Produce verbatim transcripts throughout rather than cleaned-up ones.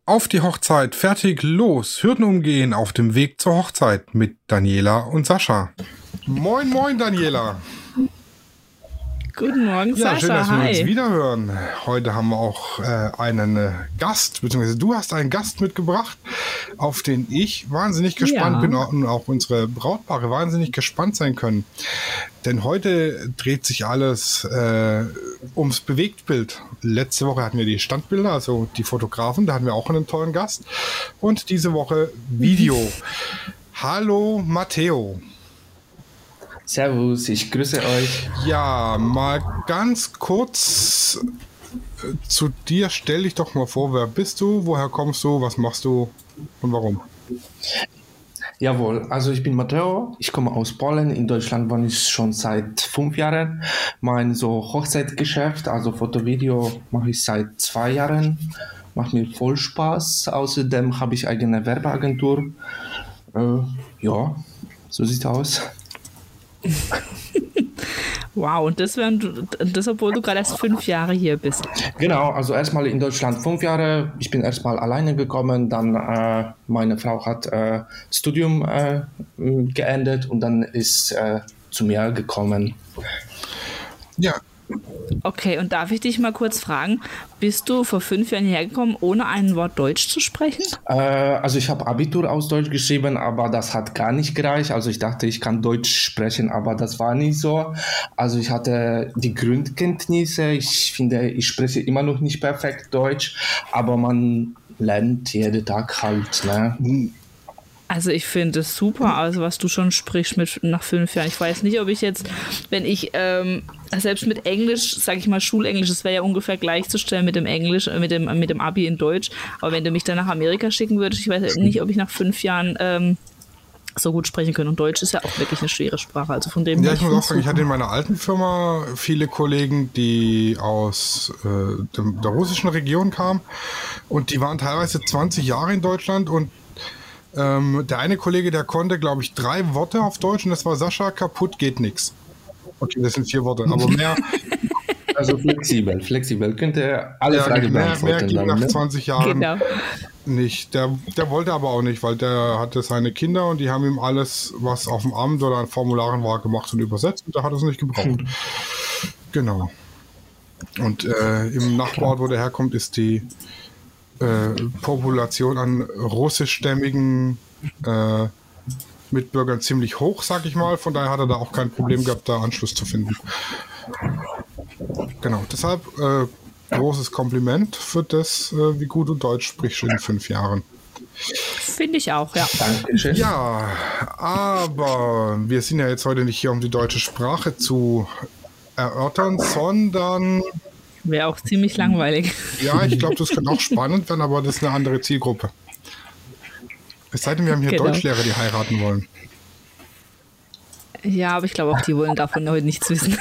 Auf die Hochzeit, fertig, los, Hürden umgehen auf dem Weg zur Hochzeit mit Daniela und Sascha. Moin, moin, Daniela. Guten Morgen, ja, Sascha. Schön, dass wir Hi. uns wiederhören. Heute haben wir auch äh, einen äh, Gast, beziehungsweise du hast einen Gast mitgebracht, auf den ich wahnsinnig gespannt Ja. bin und auch unsere Brautpaare wahnsinnig gespannt sein können. Denn heute dreht sich alles äh, ums Bewegtbild. Letzte Woche hatten wir die Standbilder, also die Fotografen, da hatten wir auch einen tollen Gast. Und diese Woche Video. Hallo Matteo. Servus, ich grüße euch. Ja, mal ganz kurz äh, zu dir. Stell dich doch mal vor, wer bist du, woher kommst du, was machst du und warum? Jawohl, also ich bin Matteo, ich komme aus Polen. In Deutschland wohne ich schon seit fünf Jahren. Mein so Hochzeitgeschäft, also Foto-Video, mache ich seit zwei Jahren. Macht mir voll Spaß. Außerdem habe ich eigene Werbeagentur. Äh, ja, so sieht es aus. Wow, und das, während du, das obwohl du gerade erst fünf Jahre hier bist. Genau, also erstmal in Deutschland fünf Jahre. Ich bin erstmal alleine gekommen, dann äh, meine Frau hat äh, Studium äh, geendet und dann ist äh, zu mir gekommen. Ja, Okay, und darf ich dich mal kurz fragen, bist du vor fünf Jahren hierher gekommen, ohne ein Wort Deutsch zu sprechen? Äh, also ich habe Abitur aus Deutsch geschrieben, aber das hat gar nicht gereicht. Also ich dachte, ich kann Deutsch sprechen, aber das war nicht so. Also ich hatte die Grundkenntnisse. Ich finde, ich spreche immer noch nicht perfekt Deutsch, aber man lernt jeden Tag halt, ne? Also ich finde es super, also was du schon sprichst mit nach fünf Jahren. Ich weiß nicht, ob ich jetzt, wenn ich ähm, selbst mit Englisch, sage ich mal Schulenglisch, das wäre ja ungefähr gleichzustellen mit dem Englisch, äh, mit dem mit dem Abi in Deutsch. Aber wenn du mich dann nach Amerika schicken würdest, ich weiß nicht, ob ich nach fünf Jahren ähm, so gut sprechen könnte. Und Deutsch ist ja auch wirklich eine schwere Sprache. Also von dem ja, her ich muss auch sagen, ich super. hatte in meiner alten Firma viele Kollegen, die aus äh, dem, der russischen Region kamen und die waren teilweise zwanzig Jahre in Deutschland und ähm, der eine Kollege, der konnte, glaube ich, drei Worte auf Deutsch und das war Sascha, kaputt geht nix. Okay, das sind vier Worte, aber mehr, Also flexibel, flexibel. Könnt ihr alle ja, Fragen mehr, mehr beantworten. ging Dann, nach ne? zwanzig Jahren Genau. nicht. Der, der wollte aber auch nicht, weil der hatte seine Kinder und die haben ihm alles, was auf dem Amt oder an Formularen war, gemacht und übersetzt und da hat er es nicht gebraucht. Genau. Und äh, im Nachbarort, wo der herkommt, ist die äh, Population an russischstämmigen äh, Mitbürgern ziemlich hoch, sag ich mal. Von daher hat er da auch kein Problem gehabt, da Anschluss zu finden. Genau, deshalb äh, großes Kompliment für das, äh, wie gut du Deutsch sprichst in fünf Jahren. Finde ich auch, ja. Dankeschön. Ja, aber wir sind ja jetzt heute nicht hier, um die deutsche Sprache zu erörtern, sondern Wäre auch ziemlich langweilig. ja, ich glaube, das könnte auch spannend werden, aber das ist eine andere Zielgruppe. Es sei denn, wir haben hier Genau. Deutschlehrer, die heiraten wollen. Ja, aber ich glaube auch, die wollen davon heute nichts wissen.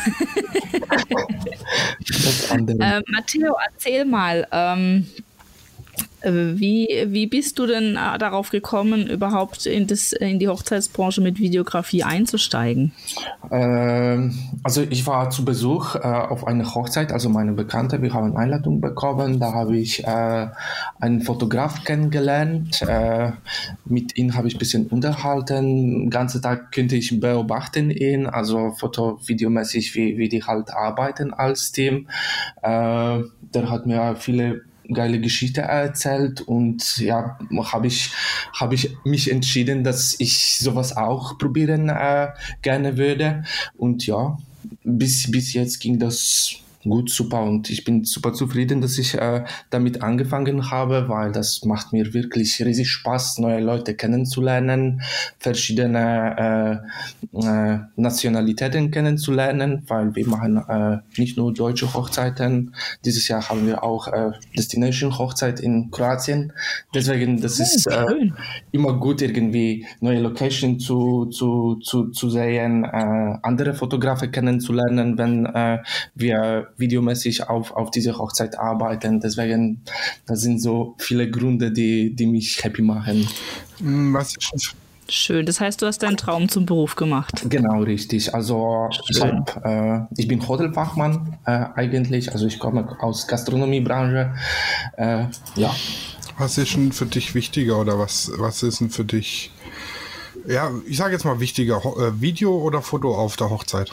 Das andere. Ähm, Matteo, erzähl mal, ähm, äh, wie, wie bist du denn äh, darauf gekommen, überhaupt in, das, in die Hochzeitsbranche mit Videografie einzusteigen? Ähm, also ich war zu Besuch äh, auf einer Hochzeit, also meine Bekannte, wir haben eine Einladung bekommen, da habe ich äh, einen Fotograf kennengelernt, äh, mit ihm habe ich ein bisschen unterhalten, den ganzen Tag könnte ich beobachten ihn, also foto-videomäßig, wie, wie die halt arbeiten als Team. Äh, der hat mir viele geile Geschichte erzählt und ja, habe ich, hab ich mich entschieden, dass ich sowas auch probieren äh, gerne würde und ja, bis, bis jetzt ging das gut, super und ich bin super zufrieden, dass ich äh, damit angefangen habe, weil das macht mir wirklich riesig Spaß, neue Leute kennenzulernen, verschiedene äh, äh, Nationalitäten kennenzulernen, weil wir machen äh, nicht nur deutsche Hochzeiten, dieses Jahr haben wir auch äh, Destination Hochzeit in Kroatien, deswegen das ist äh, Schön. immer gut irgendwie neue Location zu, zu, zu, zu sehen, äh, andere Fotografen kennenzulernen, wenn äh, wir videomäßig auf, auf diese Hochzeit arbeiten. Deswegen, das sind so viele Gründe, die, die mich happy machen. Hm, Was ich Schön. Das heißt, du hast deinen Traum zum Beruf gemacht. Genau, richtig. Also ich, Schön. hab, äh, ich bin Hotelfachmann äh, eigentlich. Also ich komme aus Gastronomiebranche. Äh, ja. Was ist denn für dich wichtiger oder was, was ist denn für dich, ja, ich sage jetzt mal wichtiger, äh, Video oder Foto auf der Hochzeit?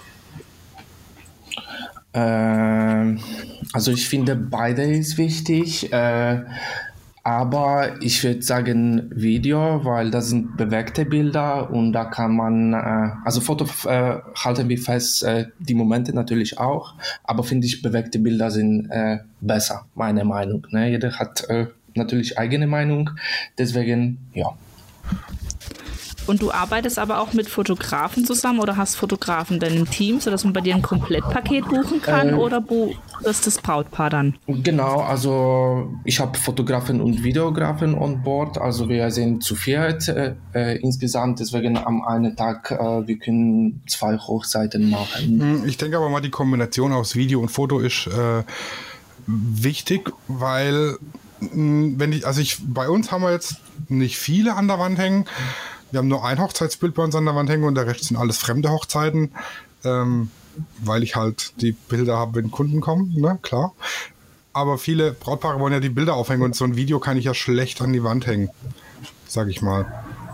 Äh, also ich finde, beide ist wichtig. Äh, Aber ich würde sagen Video, weil das sind bewegte Bilder und da kann man, äh, also Foto äh, halten wir fest, äh, die Momente natürlich auch, aber finde ich, bewegte Bilder sind äh, besser, meine Meinung. Ne? Jeder hat äh, natürlich eigene Meinung, deswegen ja. Und du arbeitest aber auch mit Fotografen zusammen oder hast Fotografen dann im Team, sodass man bei dir ein Komplettpaket buchen kann äh, oder bucht das Brautpaar dann? Genau, also ich habe Fotografen und Videografen on board, also wir sind zu viert äh, äh, insgesamt, deswegen am einen Tag, äh, wir können zwei Hochzeiten machen. Ich denke aber mal, die Kombination aus Video und Foto ist äh, wichtig, weil mh, wenn ich, also ich, bei uns haben wir jetzt nicht viele an der Wand hängen. Wir haben nur ein Hochzeitsbild bei uns an der Wand hängen und der Rest sind alles fremde Hochzeiten, ähm, weil ich halt die Bilder habe, wenn Kunden kommen, ne, klar. Aber viele Brautpaare wollen ja die Bilder aufhängen und so ein Video kann ich ja schlecht an die Wand hängen, sag ich mal.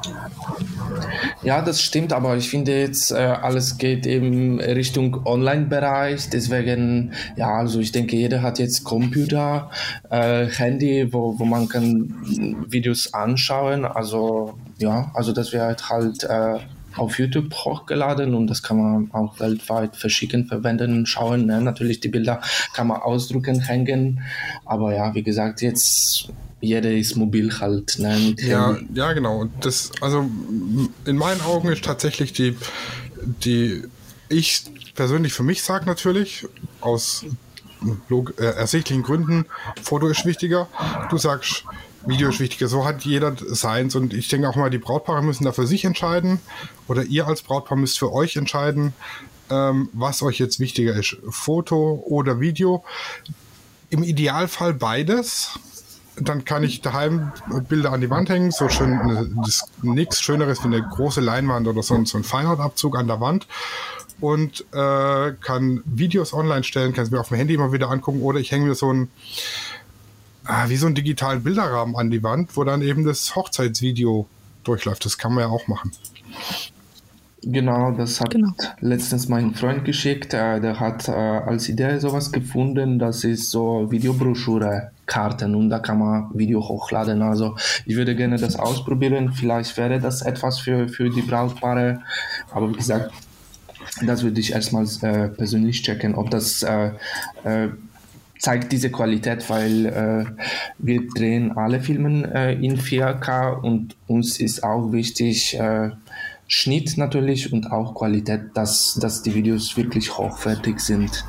Ja, das stimmt, aber ich finde jetzt, äh, alles geht eben Richtung Online-Bereich, deswegen, ja, also ich denke, jeder hat jetzt Computer, äh, Handy, wo, wo man kann Videos anschauen, also ja, also das wird halt äh, auf YouTube hochgeladen und das kann man auch weltweit verschicken, verwenden, schauen, ne? Natürlich die Bilder kann man ausdrucken, hängen, aber ja, wie gesagt, jetzt jeder ist mobil halt. Ne, ja, ja, genau. Und das, also in meinen Augen ist tatsächlich die, die ich persönlich für mich sage natürlich, aus log- äh, ersichtlichen Gründen, Foto ist wichtiger. Du sagst, Video ist wichtiger. So hat jeder seins. Und ich denke auch mal, die Brautpaare müssen da für sich entscheiden oder ihr als Brautpaar müsst für euch entscheiden, ähm, was euch jetzt wichtiger ist. Foto oder Video. Im Idealfall beides. Dann kann ich daheim Bilder an die Wand hängen, so schön, das ist nichts Schöneres wie eine große Leinwand oder so, so ein Feinhautabzug an der Wand und äh, kann Videos online stellen, kann es mir auf dem Handy immer wieder angucken oder ich hänge mir so ein, ah, wie so einen digitalen Bilderrahmen an die Wand, wo dann eben das Hochzeitsvideo durchläuft. Das kann man ja auch machen. Genau, das hat genau. letztens mein Freund geschickt. Äh, der hat äh, als Idee sowas gefunden, das ist so Videobroschüre, Karten und da kann man Video hochladen. Also ich würde gerne das ausprobieren. Vielleicht wäre das etwas für, für die Brautpaare. Aber wie gesagt, das würde ich erstmal äh, persönlich checken, ob das äh, äh, zeigt diese Qualität, weil äh, wir drehen alle Filme äh, in vier K und uns ist auch wichtig, äh, Schnitt natürlich und auch Qualität, dass, dass die Videos wirklich hochwertig sind.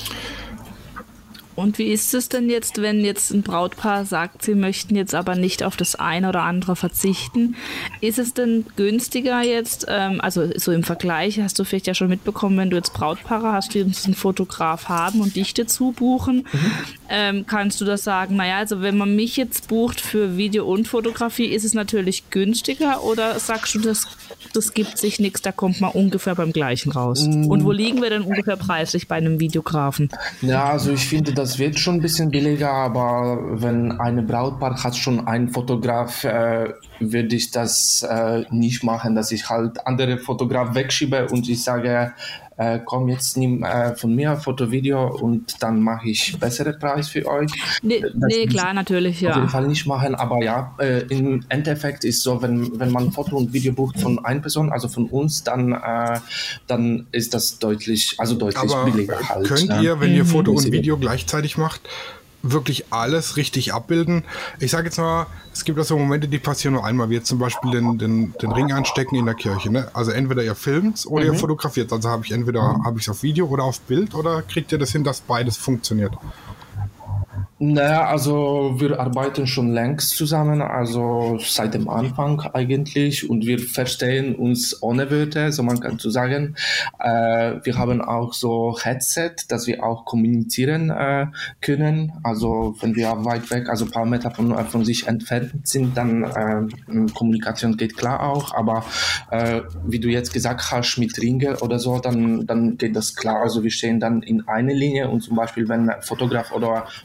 Und wie ist es denn jetzt, wenn jetzt ein Brautpaar sagt, sie möchten jetzt aber nicht auf das eine oder andere verzichten? Ist es denn günstiger jetzt, ähm, also so im Vergleich, hast du vielleicht ja schon mitbekommen, wenn du jetzt Brautpaare hast, die einen Fotograf haben und dich dazu buchen, mhm. ähm, kannst du das sagen, naja, also wenn man mich jetzt bucht für Video und Fotografie, ist es natürlich günstiger oder sagst du, das, das gibt sich nichts, da kommt man ungefähr beim gleichen raus? Mhm. Und wo liegen wir denn ungefähr preislich bei einem Videografen? Ja, also ich finde, das Das wird schon ein bisschen billiger, aber wenn eine Brautpaar hat schon einen Fotograf, äh, würde ich das äh, nicht machen, dass ich halt andere Fotograf wegschiebe und ich sage, äh, komm, jetzt nimm äh, von mir Foto, Video und dann mache ich bessere Preis für euch. Nee, nee klar, natürlich, ja. Auf jeden Fall nicht machen, aber ja, äh, im Endeffekt ist so, wenn, wenn man Foto und Video bucht von einer Person, also von uns, dann, äh, dann ist das deutlich, also deutlich aber billiger halt. Könnt ne? ihr, wenn mhm. ihr Foto und Video gleichzeitig macht, wirklich alles richtig abbilden? Ich sage jetzt mal, es gibt auch so Momente, die passieren nur einmal, wie jetzt zum Beispiel den, den, den Ring anstecken in der Kirche. Ne? Also entweder ihr filmt oder mhm. ihr fotografiert. Also habe ich entweder mhm. habe ich es auf Video oder auf Bild oder kriegt ihr das hin, dass beides funktioniert? Naja, also wir arbeiten schon längst zusammen, also seit dem Anfang eigentlich und wir verstehen uns ohne Wörter, so man kann so sagen. Äh, wir haben auch so Headset, dass wir auch kommunizieren äh, können, also wenn wir weit weg, also ein paar Meter von, von sich entfernt sind, dann äh, Kommunikation geht klar auch, aber äh, wie du jetzt gesagt hast, mit Ringe oder so, dann, dann geht das klar, also wir stehen dann in einer Linie und zum Beispiel wenn Fotograf oder Fotograf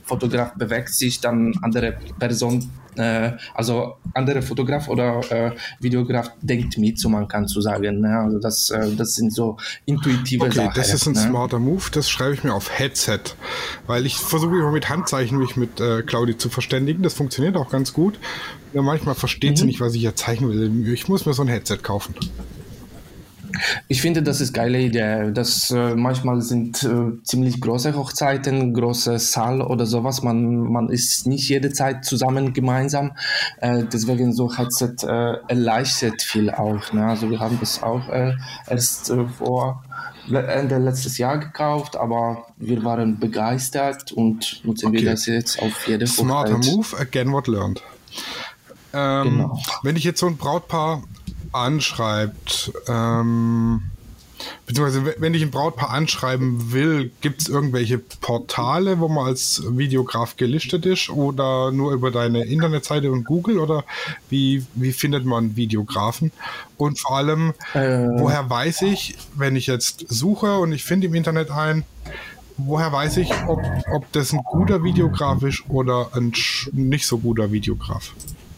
Fotograf bewegt sich, dann andere Person, äh, also andere Fotograf oder äh, Videograf denkt mit, so man kann so sagen. Ne? Also das, äh, das sind so intuitive okay, Sachen. Okay, das ist ein ne? smarter Move, das schreibe ich mir auf Headset, weil ich versuche immer mit Handzeichen mich mit äh, Claudi zu verständigen, das funktioniert auch ganz gut. Ja, manchmal versteht mhm. sie nicht, was ich hier zeichnen will. Ich muss mir so ein Headset kaufen. Ich finde, das ist eine geile Idee. Das, äh, manchmal sind äh, ziemlich große Hochzeiten, große Saal oder sowas. Man, man ist nicht jede Zeit zusammen gemeinsam. Äh, deswegen so Headset äh, erleichtert viel auch. Ne? Also wir haben das auch äh, erst äh, vor Ende letztes Jahr gekauft, aber wir waren begeistert und nutzen okay. wir das jetzt auf jede Hochzeit. Smarter Move, again what learned. Ähm, genau. Wenn ich jetzt so ein Brautpaar anschreibt, ähm, beziehungsweise wenn ich ein Brautpaar anschreiben will, gibt es irgendwelche Portale, wo man als Videograf gelistet ist oder nur über deine Internetseite und Google oder wie, wie findet man Videografen? Und vor allem, äh, woher weiß ich, wenn ich jetzt suche und ich finde im Internet ein, woher weiß ich, ob, ob das ein guter Videograf ist oder ein nicht so guter Videograf?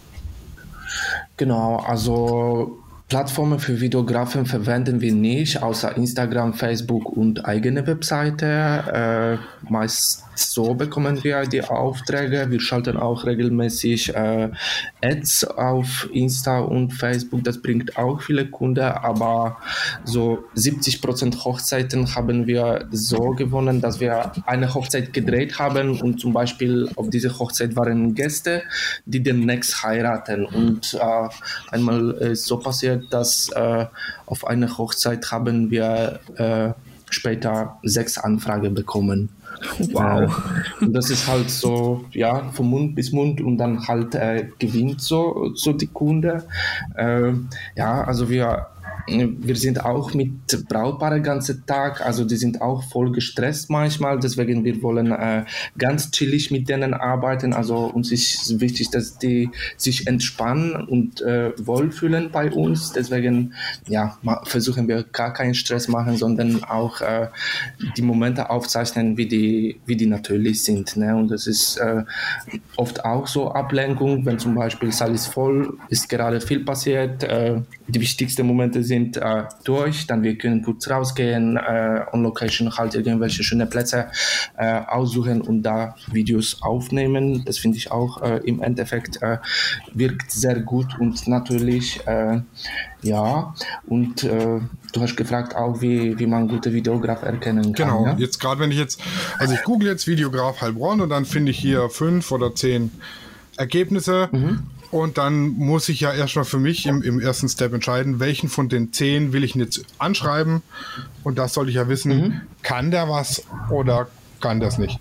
Genau, also Plattformen für Videografen verwenden wir nicht, außer Instagram, Facebook und eigene Webseite. Äh, meist so bekommen wir die Aufträge. Wir schalten auch regelmäßig äh, Ads auf Insta und Facebook. Das bringt auch viele Kunden, aber so siebzig Prozent Hochzeiten haben wir so gewonnen, dass wir eine Hochzeit gedreht haben und zum Beispiel auf dieser Hochzeit waren Gäste, die demnächst heiraten. Und äh, einmal ist so passiert, dass äh, auf einer Hochzeit haben wir äh, später sechs Anfragen bekommen. Wow. Äh, und das ist halt so, ja, von Mund bis Mund und dann halt äh, gewinnt so, so die Kunde. Äh, ja, also wir Wir sind auch mit Brautpaaren den ganzen Tag, also die sind auch voll gestresst manchmal, deswegen wir wollen äh, ganz chillig mit denen arbeiten, also uns ist wichtig, dass die sich entspannen und äh, wohlfühlen bei uns, deswegen ja, versuchen wir gar keinen Stress machen, sondern auch äh, die Momente aufzeichnen, wie die, wie die natürlich sind, ne? Und das ist äh, oft auch so Ablenkung, wenn zum Beispiel Saal ist voll, ist gerade viel passiert, äh, die wichtigsten Momente sind äh, durch, dann wir können kurz rausgehen, äh, on Location halt irgendwelche schöne Plätze äh, aussuchen und da Videos aufnehmen. Das finde ich auch äh, im Endeffekt äh, wirkt sehr gut und natürlich äh, ja, und äh, du hast gefragt auch, wie, wie man gute Videograf erkennen kann. Genau, ja? jetzt gerade wenn ich jetzt, also ich google jetzt Videograf Heilbronn und dann finde ich hier fünf oder zehn Ergebnisse. Mhm. Und dann muss ich ja erstmal für mich im, im ersten Step entscheiden, welchen von den zehn will ich jetzt anschreiben. Und das soll ich ja wissen, mhm. kann der was oder kann das nicht?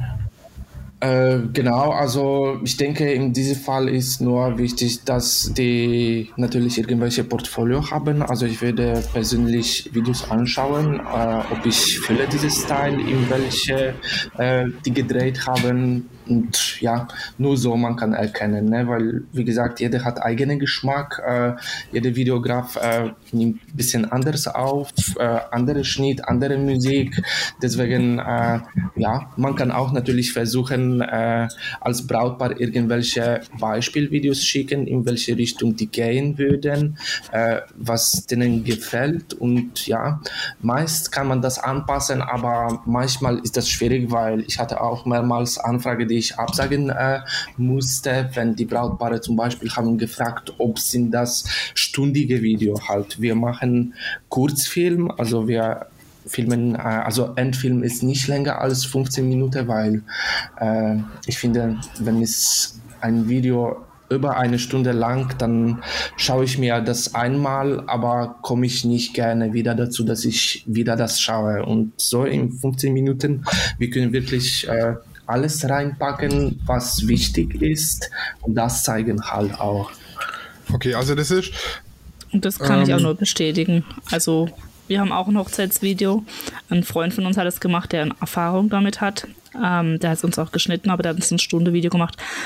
Äh, genau, also ich denke, in diesem Fall ist nur wichtig, dass die natürlich irgendwelche Portfolio haben. Also ich werde persönlich Videos anschauen, äh, ob ich fühle dieses Style, in welche äh, die gedreht haben. Und ja, nur so man kann erkennen, ne? Weil, wie gesagt, jeder hat eigenen Geschmack, äh, jeder Videograf äh, nimmt ein bisschen anders auf, äh, andere Schnitt, andere Musik, deswegen, äh, ja, man kann auch natürlich versuchen, äh, als Brautpaar irgendwelche Beispielvideos schicken, in welche Richtung die gehen würden, äh, was denen gefällt und ja, meist kann man das anpassen, aber manchmal ist das schwierig, weil ich hatte auch mehrmals Anfrage, die ich absagen äh, musste, wenn die Brautpaare zum Beispiel haben gefragt, ob sind das stündige Video halt. Wir machen Kurzfilm, also wir filmen, äh, also Endfilm ist nicht länger als fünfzehn Minuten, weil äh, ich finde, wenn es ein Video über eine Stunde lang, dann schaue ich mir das einmal, aber komme ich nicht gerne wieder dazu, dass ich wieder das schaue. Und so in fünfzehn Minuten, wir können wirklich äh, alles reinpacken, was wichtig ist und das zeigen halt auch. Okay, also das ist... Und das kann ähm, ich auch nur bestätigen. Also wir haben auch ein Hochzeitsvideo. Ein Freund von uns hat es gemacht, der eine Erfahrung damit hat. Ähm, der hat es uns auch geschnitten, aber der hat uns ein Stunde Video gemacht.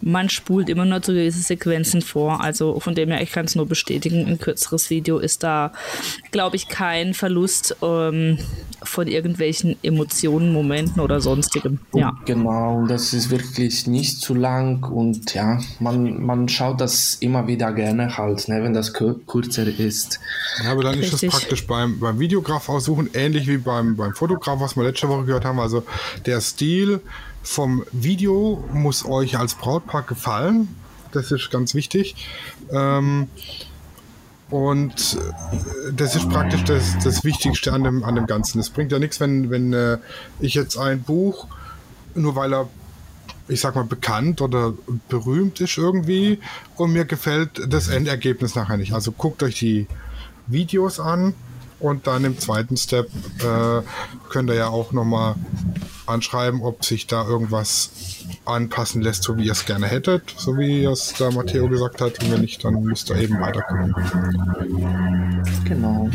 man spult immer nur zu gewissen Sequenzen vor. Also von dem her, ich kann es nur bestätigen, ein kürzeres Video ist da, glaube ich, kein Verlust ähm, von irgendwelchen Emotionen, Momenten oder sonstigem. Ja. Genau, das ist wirklich nicht zu lang und ja, man, man schaut das immer wieder gerne halt, ne, wenn das kürzer ist. Ja, aber dann Richtig. ist das praktisch beim, beim Videograf aussuchen, ähnlich wie beim, beim Fotograf, was wir letzte Woche gehört haben. Also der Stil vom Video muss euch als Brautpaar gefallen. Das ist ganz wichtig. Ähm, und das ist praktisch das, das Wichtigste an dem, an dem Ganzen. Es bringt ja nichts, wenn, wenn äh, ich jetzt ein Buch, nur weil er, ich sag mal, bekannt oder berühmt ist irgendwie und mir gefällt das Endergebnis nachher nicht. Also guckt euch die Videos an und dann im zweiten Step äh, könnt ihr ja auch nochmal anschreiben, ob sich da irgendwas anpassen lässt, so wie ihr es gerne hättet, so wie es da Matteo gesagt hat. Und wenn nicht, dann müsst ihr eben weiter gucken. Genau.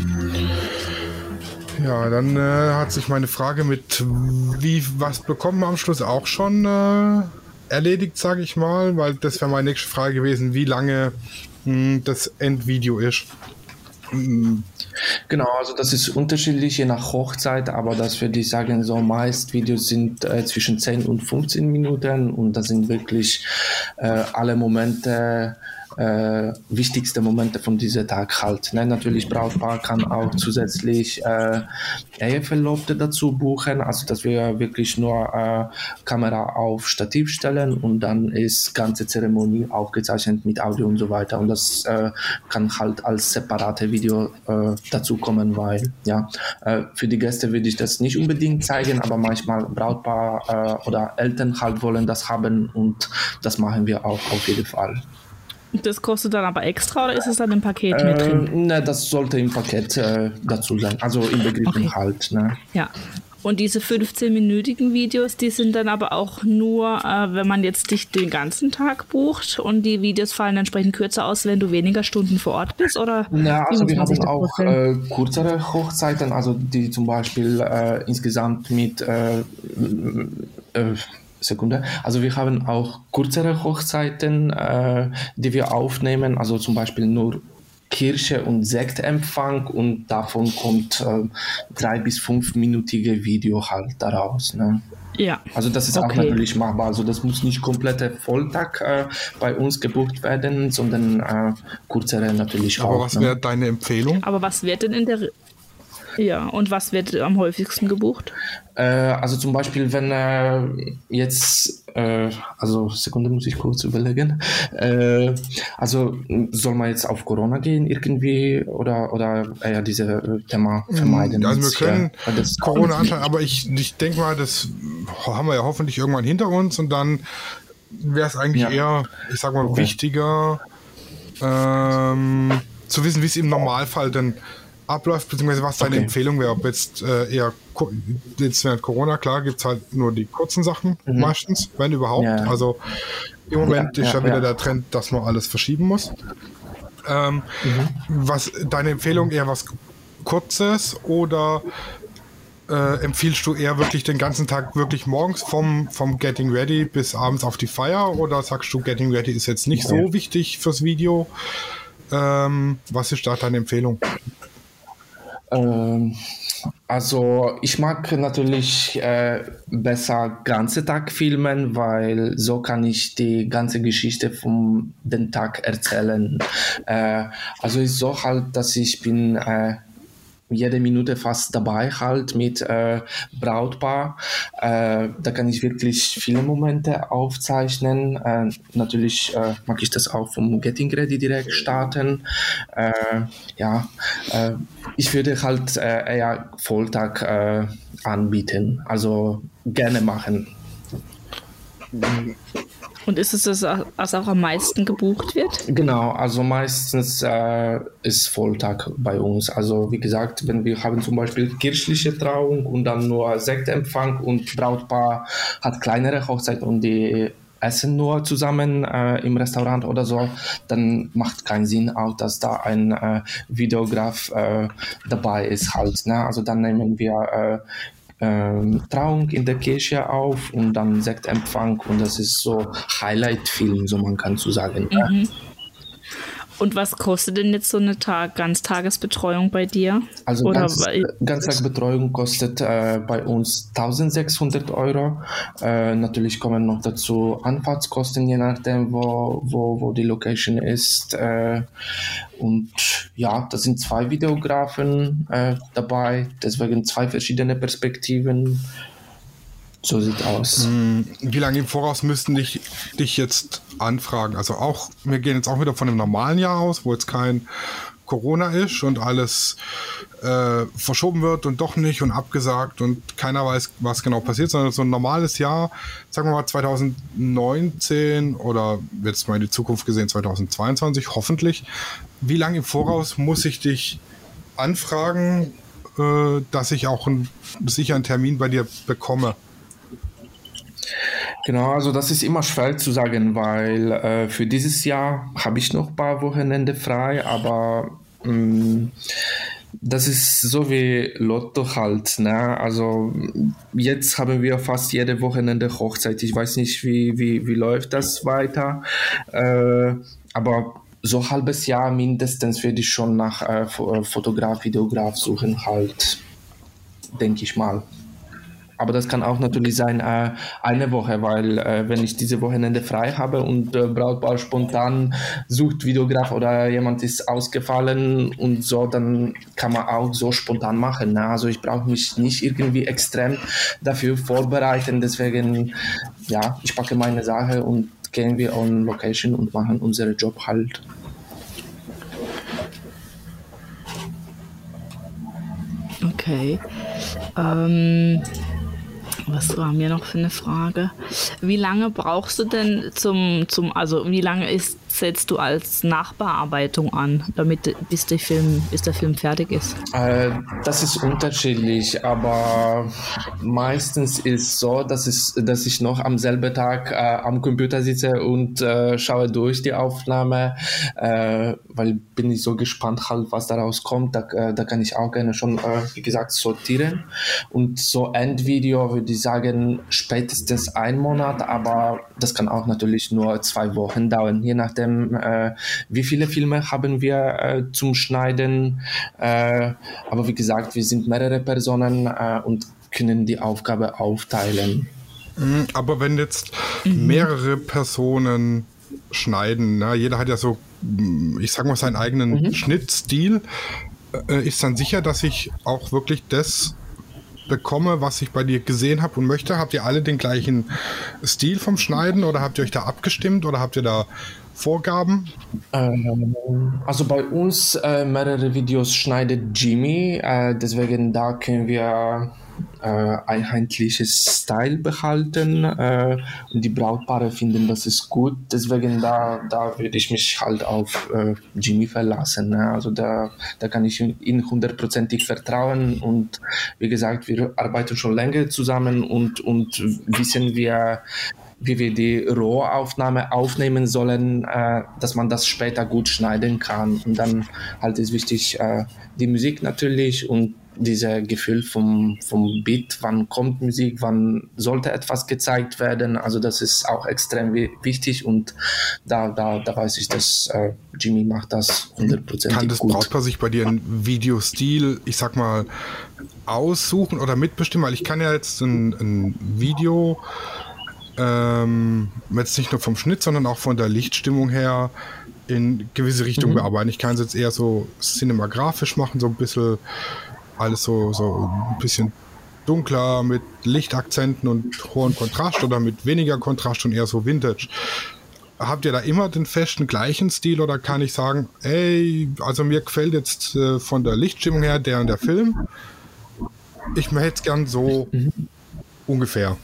Ja, dann äh, hat sich meine Frage mit wie was bekommen wir am Schluss auch schon äh, erledigt, sage ich mal, weil das wäre meine nächste Frage gewesen, wie lange mh, das Endvideo ist. Genau, also das ist unterschiedlich je nach Hochzeit, aber das würde ich sagen, so meist Videos sind äh, zwischen zehn und fünfzehn Minuten und das sind wirklich äh, alle Momente, äh, wichtigste Momente von diesem Tag halt. Ne? Natürlich, Brautpaar kann auch zusätzlich äh, Eheverlobte dazu buchen, also dass wir wirklich nur äh, Kamera auf Stativ stellen und dann ist ganze Zeremonie aufgezeichnet mit Audio und so weiter und das äh, kann halt als separate Video äh, dazu kommen, weil ja, äh, für die Gäste würde ich das nicht unbedingt zeigen, aber manchmal Brautpaar äh, oder Eltern halt wollen das haben und das machen wir auch auf jeden Fall. Das kostet dann aber extra oder ist es dann im Paket äh, mit drin? Ne, das sollte im Paket äh, dazu sein, also inbegriffen Okay. halt. Ne? Ja. Und diese fünfzehn-minütigen Videos, die sind dann aber auch nur, äh, wenn man jetzt dich den ganzen Tag bucht und die Videos fallen entsprechend kürzer aus, wenn du weniger Stunden vor Ort bist? Oder Ja, also wir haben auch vorstellen? äh, kürzere Hochzeiten, also die zum Beispiel äh, insgesamt mit äh, äh, Sekunde. Also wir haben auch kürzere Hochzeiten, äh, die wir aufnehmen, also zum Beispiel nur Kirche und Sektempfang und davon kommt äh, drei bis fünfminütige Video halt daraus. Ne? Ja. Also das ist Okay. auch natürlich machbar. Also das muss nicht komplette Volltag äh, bei uns gebucht werden, sondern äh, kürzere natürlich Aber auch. was ne? wäre deine Empfehlung? Aber was wird denn in der... Ja, und was wird am häufigsten gebucht? Äh, also zum Beispiel, wenn äh, jetzt, äh, also Sekunde, muss ich kurz überlegen, äh, also soll man jetzt auf Corona gehen irgendwie oder oder eher äh, diese äh, Thema vermeiden? Also wir können ja, das Corona anschauen, aber ich, ich denke mal, das haben wir ja hoffentlich irgendwann hinter uns und dann wäre es eigentlich Ja. eher, ich sag mal, Okay. wichtiger ähm, zu wissen, wie es im Normalfall denn abläuft, beziehungsweise was deine Okay. Empfehlung wäre, ob jetzt äh, eher, ko- jetzt während Corona, klar, gibt es halt nur die kurzen Sachen meistens, wenn überhaupt. Ja. Also im Moment Ja, ist ja, ja, wieder ja. der Trend, dass man alles verschieben muss. Ähm, Was deine Empfehlung eher was Kurzes oder äh, empfiehlst du eher wirklich den ganzen Tag wirklich morgens vom, vom Getting Ready bis abends auf die Feier oder sagst du, Getting Ready ist jetzt nicht so wichtig fürs Video? Ähm, was ist da deine Empfehlung? Ähm, also ich mag natürlich äh, besser ganze Tag filmen, weil so kann ich die ganze Geschichte von dem Tag erzählen. Äh, also ist so halt, dass ich bin äh, jede Minute fast dabei halt mit äh, Brautpaar. Äh, da kann ich wirklich viele Momente aufzeichnen. Äh, natürlich äh, mag ich das auch vom Getting Ready direkt starten. Äh, ja, äh, ich würde halt äh, eher Volltag äh, anbieten, also gerne machen. Und ist es das, was auch am meisten gebucht wird? Genau, also meistens äh, ist Volltag bei uns. Also wie gesagt, wenn wir haben zum Beispiel kirchliche Trauung und dann nur Sektempfang und Brautpaar hat kleinere Hochzeit und die essen nur zusammen äh, im Restaurant oder so, dann macht keinen Sinn auch, dass da ein äh, Videograf äh, dabei ist halt. Ne? Also dann nehmen wir äh, ähm, Trauung in der Kirche auf und dann Sektempfang und das ist so Highlight-Film, so man kann so sagen. Mhm. Und was kostet denn jetzt so eine Tag Ganztagesbetreuung bei dir? Also Oder ganz, weil- Ganztagsbetreuung kostet äh, bei uns eintausendsechshundert Euro. Äh, natürlich kommen noch dazu Anfahrtskosten, je nachdem, wo, wo, wo die Location ist. Äh, und ja, da sind zwei Videografen äh, dabei, deswegen zwei verschiedene Perspektiven. So sieht aus. Wie lange im Voraus müssten dich, dich jetzt anfragen? Also auch, wir gehen jetzt auch wieder von einem normalen Jahr aus, wo jetzt kein Corona ist und alles äh, verschoben wird und doch nicht und abgesagt und keiner weiß, was genau passiert, sondern so ein normales Jahr, sagen wir mal zwanzig neunzehn oder jetzt mal in die Zukunft gesehen zwanzig zweiundzwanzig, hoffentlich. Wie lange im Voraus muss ich dich anfragen, äh, dass ich auch einen sicheren Termin bei dir bekomme? Genau, also das ist immer schwer zu sagen, weil äh, für dieses Jahr habe ich noch ein paar Wochenende frei, aber mh, das ist so wie Lotto halt, ne? Also jetzt haben wir fast jede Wochenende Hochzeit. Ich weiß nicht, wie, wie, wie läuft das weiter, äh, aber so ein halbes Jahr mindestens werde ich schon nach äh, Fotograf, Videograf suchen halt, denke ich mal. Aber das kann auch natürlich sein, äh, eine Woche, weil äh, wenn ich diese Wochenende frei habe und äh, Brautpaar spontan sucht Videograf oder jemand ist ausgefallen und so, dann kann man auch so spontan machen. Ne? Also ich brauche mich nicht irgendwie extrem dafür vorbereiten. Deswegen, ja, ich packe meine Sache und gehen wir on Location und machen unseren Job halt. Okay. Ähm, was war mir noch für eine Frage? Wie lange brauchst du denn zum, zum also wie lange ist, setzt du als Nachbearbeitung an, damit bis der Film, bis der Film fertig ist? Äh, das ist unterschiedlich, aber meistens ist so, dass, es, dass ich noch am selben Tag äh, am Computer sitze und äh, schaue durch die Aufnahme, äh, weil bin ich so gespannt halt, was daraus kommt. Da, äh, da kann ich auch gerne schon, äh, wie gesagt, sortieren. Und so Endvideo würde ich sagen, spätestens ein Monat, aber das kann auch natürlich nur zwei Wochen dauern, je nachdem, Äh, wie viele Filme haben wir äh, zum Schneiden. Äh, aber wie gesagt, wir sind mehrere Personen äh, und können die Aufgabe aufteilen. Aber wenn jetzt mhm. mehrere Personen schneiden, na, jeder hat ja so, ich sag mal, seinen eigenen mhm. Schnittstil, äh, ist dann sicher, dass ich auch wirklich das bekomme, was ich bei dir gesehen habe und möchte? Habt ihr alle den gleichen Stil vom Schneiden oder habt ihr euch da abgestimmt oder habt ihr da Vorgaben? Ähm, also bei uns äh, mehrere Videos schneidet Jimmy, äh, deswegen da können wir äh, einheitliches Style behalten äh, und die Brautpaare finden, das ist gut, deswegen da, da würde ich mich halt auf äh, Jimmy verlassen, ne? Also da, da kann ich ihm hundertprozentig vertrauen und wie gesagt, wir arbeiten schon länger zusammen und, und wissen wir, wie wir die Rohaufnahme aufnehmen sollen, äh, dass man das später gut schneiden kann. Und dann halt ist wichtig äh, die Musik natürlich und dieses Gefühl vom, vom Beat, wann kommt Musik, wann sollte etwas gezeigt werden. Also das ist auch extrem wichtig und da, da, da weiß ich, dass äh, Jimmy macht das hundertprozentig gut. Kann das Brautpaar sich bei dir einen Videostil, ich sag mal, aussuchen oder mitbestimmen? Weil ich kann ja jetzt ein, ein Video Ähm, jetzt nicht nur vom Schnitt, sondern auch von der Lichtstimmung her in gewisse Richtungen mhm. bearbeiten. Ich kann es jetzt eher so cinematografisch machen, so ein bisschen alles so, so ein bisschen dunkler mit Lichtakzenten und hohem Kontrast oder mit weniger Kontrast und eher so Vintage. Habt ihr da immer den festen gleichen Stil oder kann ich sagen, ey, also mir gefällt jetzt äh, von der Lichtstimmung her der und der Film, ich hätte es gern so mhm. ungefähr.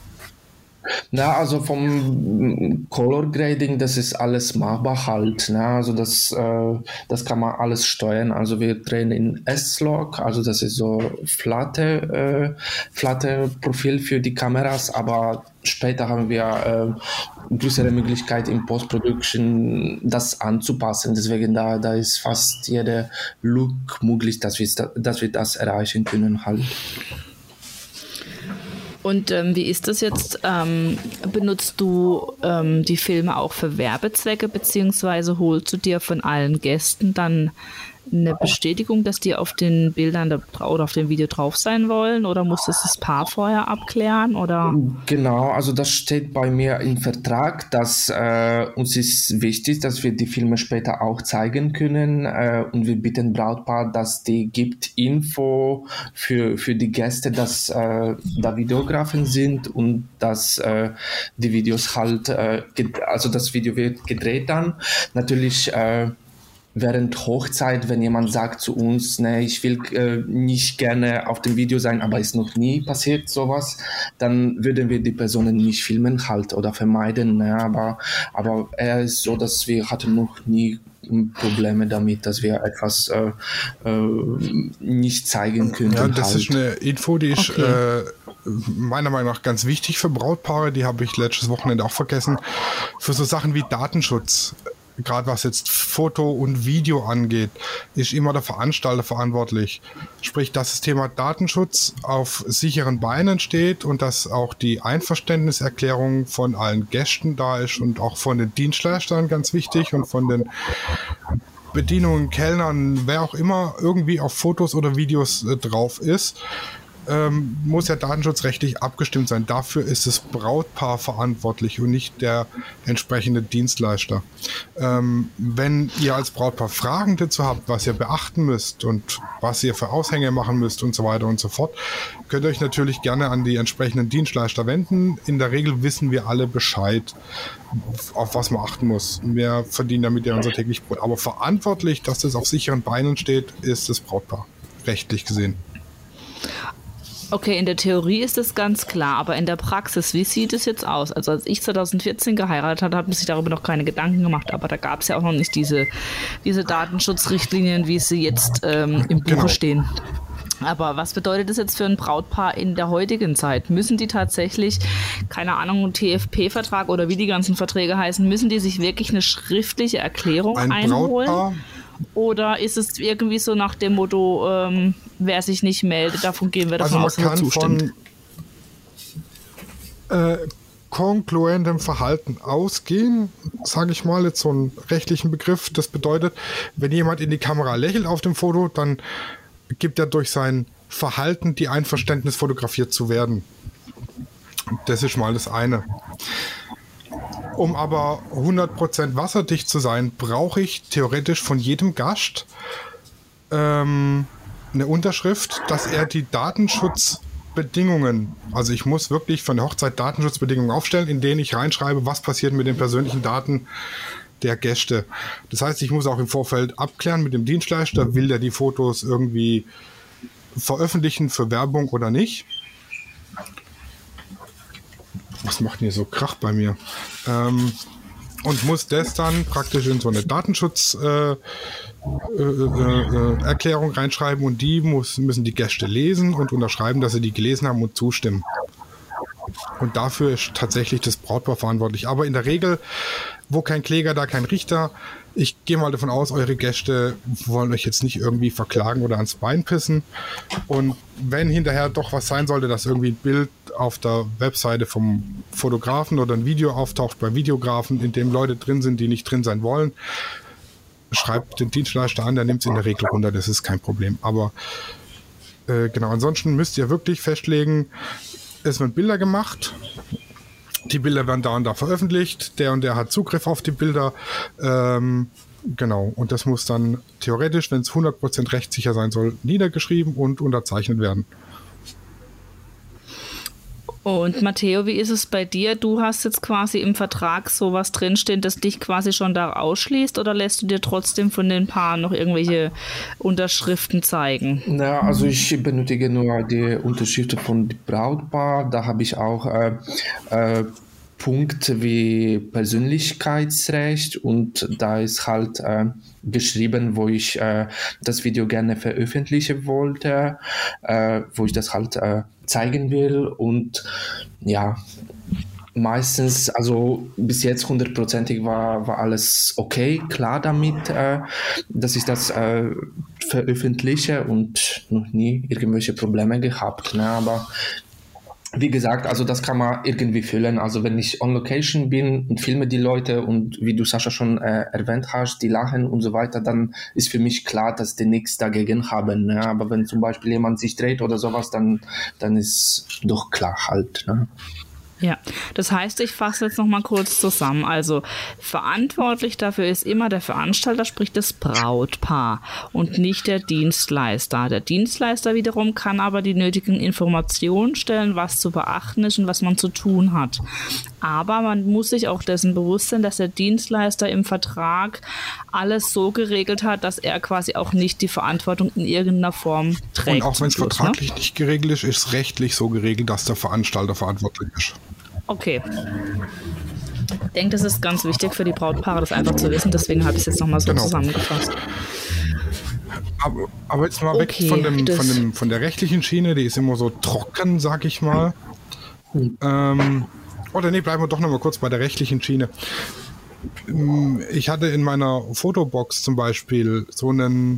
Na, also vom Color Grading, das ist alles machbar halt. Ne? Also das, äh, das kann man alles steuern. Also wir drehen in S-Log, also das ist so flatte, äh, flatte Profil für die Kameras, aber später haben wir äh, größere Möglichkeit in Post-Production das anzupassen. Deswegen da, da ist fast jeder Look möglich, dass wir, dass wir das erreichen können halt. Und ähm, wie ist das jetzt? Ähm, benutzt du ähm, die Filme auch für Werbezwecke, beziehungsweise holst du dir von allen Gästen dann eine Bestätigung, dass die auf den Bildern da, oder auf dem Video drauf sein wollen, oder muss das das Paar vorher abklären? Oder? Genau, also das steht bei mir im Vertrag, dass äh, uns ist wichtig, dass wir die Filme später auch zeigen können äh, und wir bitten Brautpaar, dass die gibt Info für, für die Gäste, dass äh, da Videografen sind und dass äh, die Videos halt, äh, also das Video wird gedreht dann. Natürlich äh, während Hochzeit, wenn jemand sagt zu uns, ne, ich will äh, nicht gerne auf dem Video sein, aber ist noch nie passiert sowas, dann würden wir die Personen nicht filmen halt oder vermeiden. Ne, aber, aber er ist so, dass wir hatten noch nie Probleme damit, dass wir etwas äh, äh, nicht zeigen können. Ja, das halt. ist eine Info, die ist okay. äh, meiner Meinung nach ganz wichtig für Brautpaare, die habe ich letztes Wochenende auch vergessen, für so Sachen wie Datenschutz. Gerade was jetzt Foto und Video angeht, ist immer der Veranstalter verantwortlich. Sprich, dass das Thema Datenschutz auf sicheren Beinen steht und dass auch die Einverständniserklärung von allen Gästen da ist und auch von den Dienstleistern ganz wichtig und von den Bedienungen, Kellnern, wer auch immer irgendwie auf Fotos oder Videos äh, drauf ist. Ähm, muss ja datenschutzrechtlich abgestimmt sein. Dafür ist das Brautpaar verantwortlich und nicht der entsprechende Dienstleister. Ähm, wenn ihr als Brautpaar Fragen dazu habt, was ihr beachten müsst und was ihr für Aushänge machen müsst und so weiter und so fort, könnt ihr euch natürlich gerne an die entsprechenden Dienstleister wenden. In der Regel wissen wir alle Bescheid, auf was man achten muss. Wir verdienen damit ja unser täglich Brot. Aber verantwortlich, dass das auf sicheren Beinen steht, ist das Brautpaar, rechtlich gesehen. Okay, in der Theorie ist das ganz klar, aber in der Praxis, wie sieht es jetzt aus? Also als ich zwanzig vierzehn geheiratet habe, hat man sich darüber noch keine Gedanken gemacht, aber da gab es ja auch noch nicht diese, diese Datenschutzrichtlinien, wie sie jetzt ähm, im Buche genau. stehen. Aber was bedeutet das jetzt für ein Brautpaar in der heutigen Zeit? Müssen die tatsächlich, keine Ahnung, einen T F P-Vertrag oder wie die ganzen Verträge heißen, müssen die sich wirklich eine schriftliche Erklärung ein einholen? Brautpaar? Oder ist es irgendwie so nach dem Motto, ähm, wer sich nicht meldet, davon gehen wir davon also aus, dass er zustimmt? Von äh, kongruentem Verhalten ausgehen, sage ich mal, jetzt so einen rechtlichen Begriff. Das bedeutet, wenn jemand in die Kamera lächelt auf dem Foto, dann gibt er durch sein Verhalten die Einverständnis, fotografiert zu werden. Das ist mal das eine. Um aber hundert Prozent wasserdicht zu sein, brauche ich theoretisch von jedem Gast ähm, eine Unterschrift, dass er die Datenschutzbedingungen, also ich muss wirklich von der Hochzeit Datenschutzbedingungen aufstellen, in denen ich reinschreibe, was passiert mit den persönlichen Daten der Gäste. Das heißt, ich muss auch im Vorfeld abklären mit dem Dienstleister, will der die Fotos irgendwie veröffentlichen für Werbung oder nicht. Was macht denn hier so Krach bei mir? Ähm, und muss das dann praktisch in so eine Datenschutzerklärung äh, äh, äh, reinschreiben und die muss, müssen die Gäste lesen und unterschreiben, dass sie die gelesen haben und zustimmen. Und dafür ist tatsächlich das Brautpaar verantwortlich. Aber in der Regel, wo kein Kläger, da kein Richter. Ich gehe mal davon aus, eure Gäste wollen euch jetzt nicht irgendwie verklagen oder ans Bein pissen. Und wenn hinterher doch was sein sollte, dass irgendwie ein Bild auf der Webseite vom Fotografen oder ein Video auftaucht bei Videografen, in dem Leute drin sind, die nicht drin sein wollen, schreibt den Dienstleister an, der nimmt es in der Regel runter, das ist kein Problem. Aber äh, genau, ansonsten müsst ihr wirklich festlegen, es werden Bilder gemacht, die Bilder werden da und da veröffentlicht, der und der hat Zugriff auf die Bilder, ähm, genau, und das muss dann theoretisch, wenn es hundert Prozent rechtssicher sein soll, niedergeschrieben und unterzeichnet werden. Und Matteo, wie ist es bei dir? Du hast jetzt quasi im Vertrag sowas drinstehen, das dich quasi schon da ausschließt, oder lässt du dir trotzdem von den Paaren noch irgendwelche Unterschriften zeigen? Ja, also ich benötige nur die Unterschriften von dem Brautpaar. Da habe ich auch äh, äh, Punkte wie Persönlichkeitsrecht und da ist halt äh, geschrieben, wo ich äh, das Video gerne veröffentlichen wollte, äh, wo ich das halt äh, zeigen will und ja, meistens, also bis jetzt hundertprozentig war, war alles okay, klar damit, äh, dass ich das äh, veröffentliche und noch nie irgendwelche Probleme gehabt, ne? Aber wie gesagt, also das kann man irgendwie füllen. Also wenn ich on Location bin und filme die Leute und wie du Sascha schon äh, erwähnt hast, die lachen und so weiter, dann ist für mich klar, dass die nichts dagegen haben. Ne? Aber wenn zum Beispiel jemand sich dreht oder sowas, dann, dann ist doch klar halt. Ne? Ja, das heißt, ich fasse jetzt noch mal kurz zusammen. Also verantwortlich dafür ist immer der Veranstalter, sprich das Brautpaar und nicht der Dienstleister. Der Dienstleister wiederum kann aber die nötigen Informationen stellen, was zu beachten ist und was man zu tun hat. Aber man muss sich auch dessen bewusst sein, dass der Dienstleister im Vertrag alles so geregelt hat, dass er quasi auch nicht die Verantwortung in irgendeiner Form trägt. Und auch wenn es Schluss, vertraglich ne? nicht geregelt ist, ist es rechtlich so geregelt, dass der Veranstalter verantwortlich ist. Okay. Ich denke, das ist ganz wichtig für die Brautpaare, das einfach zu wissen. Deswegen habe ich es jetzt nochmal so Genau. zusammengefasst. Aber, aber jetzt mal Okay, weg von, dem, das- von, dem, von der rechtlichen Schiene, die ist immer so trocken, sag ich mal. Ähm, oder nee, bleiben wir doch nochmal kurz bei der rechtlichen Schiene. Ähm, Ich hatte in meiner Fotobox zum Beispiel so einen,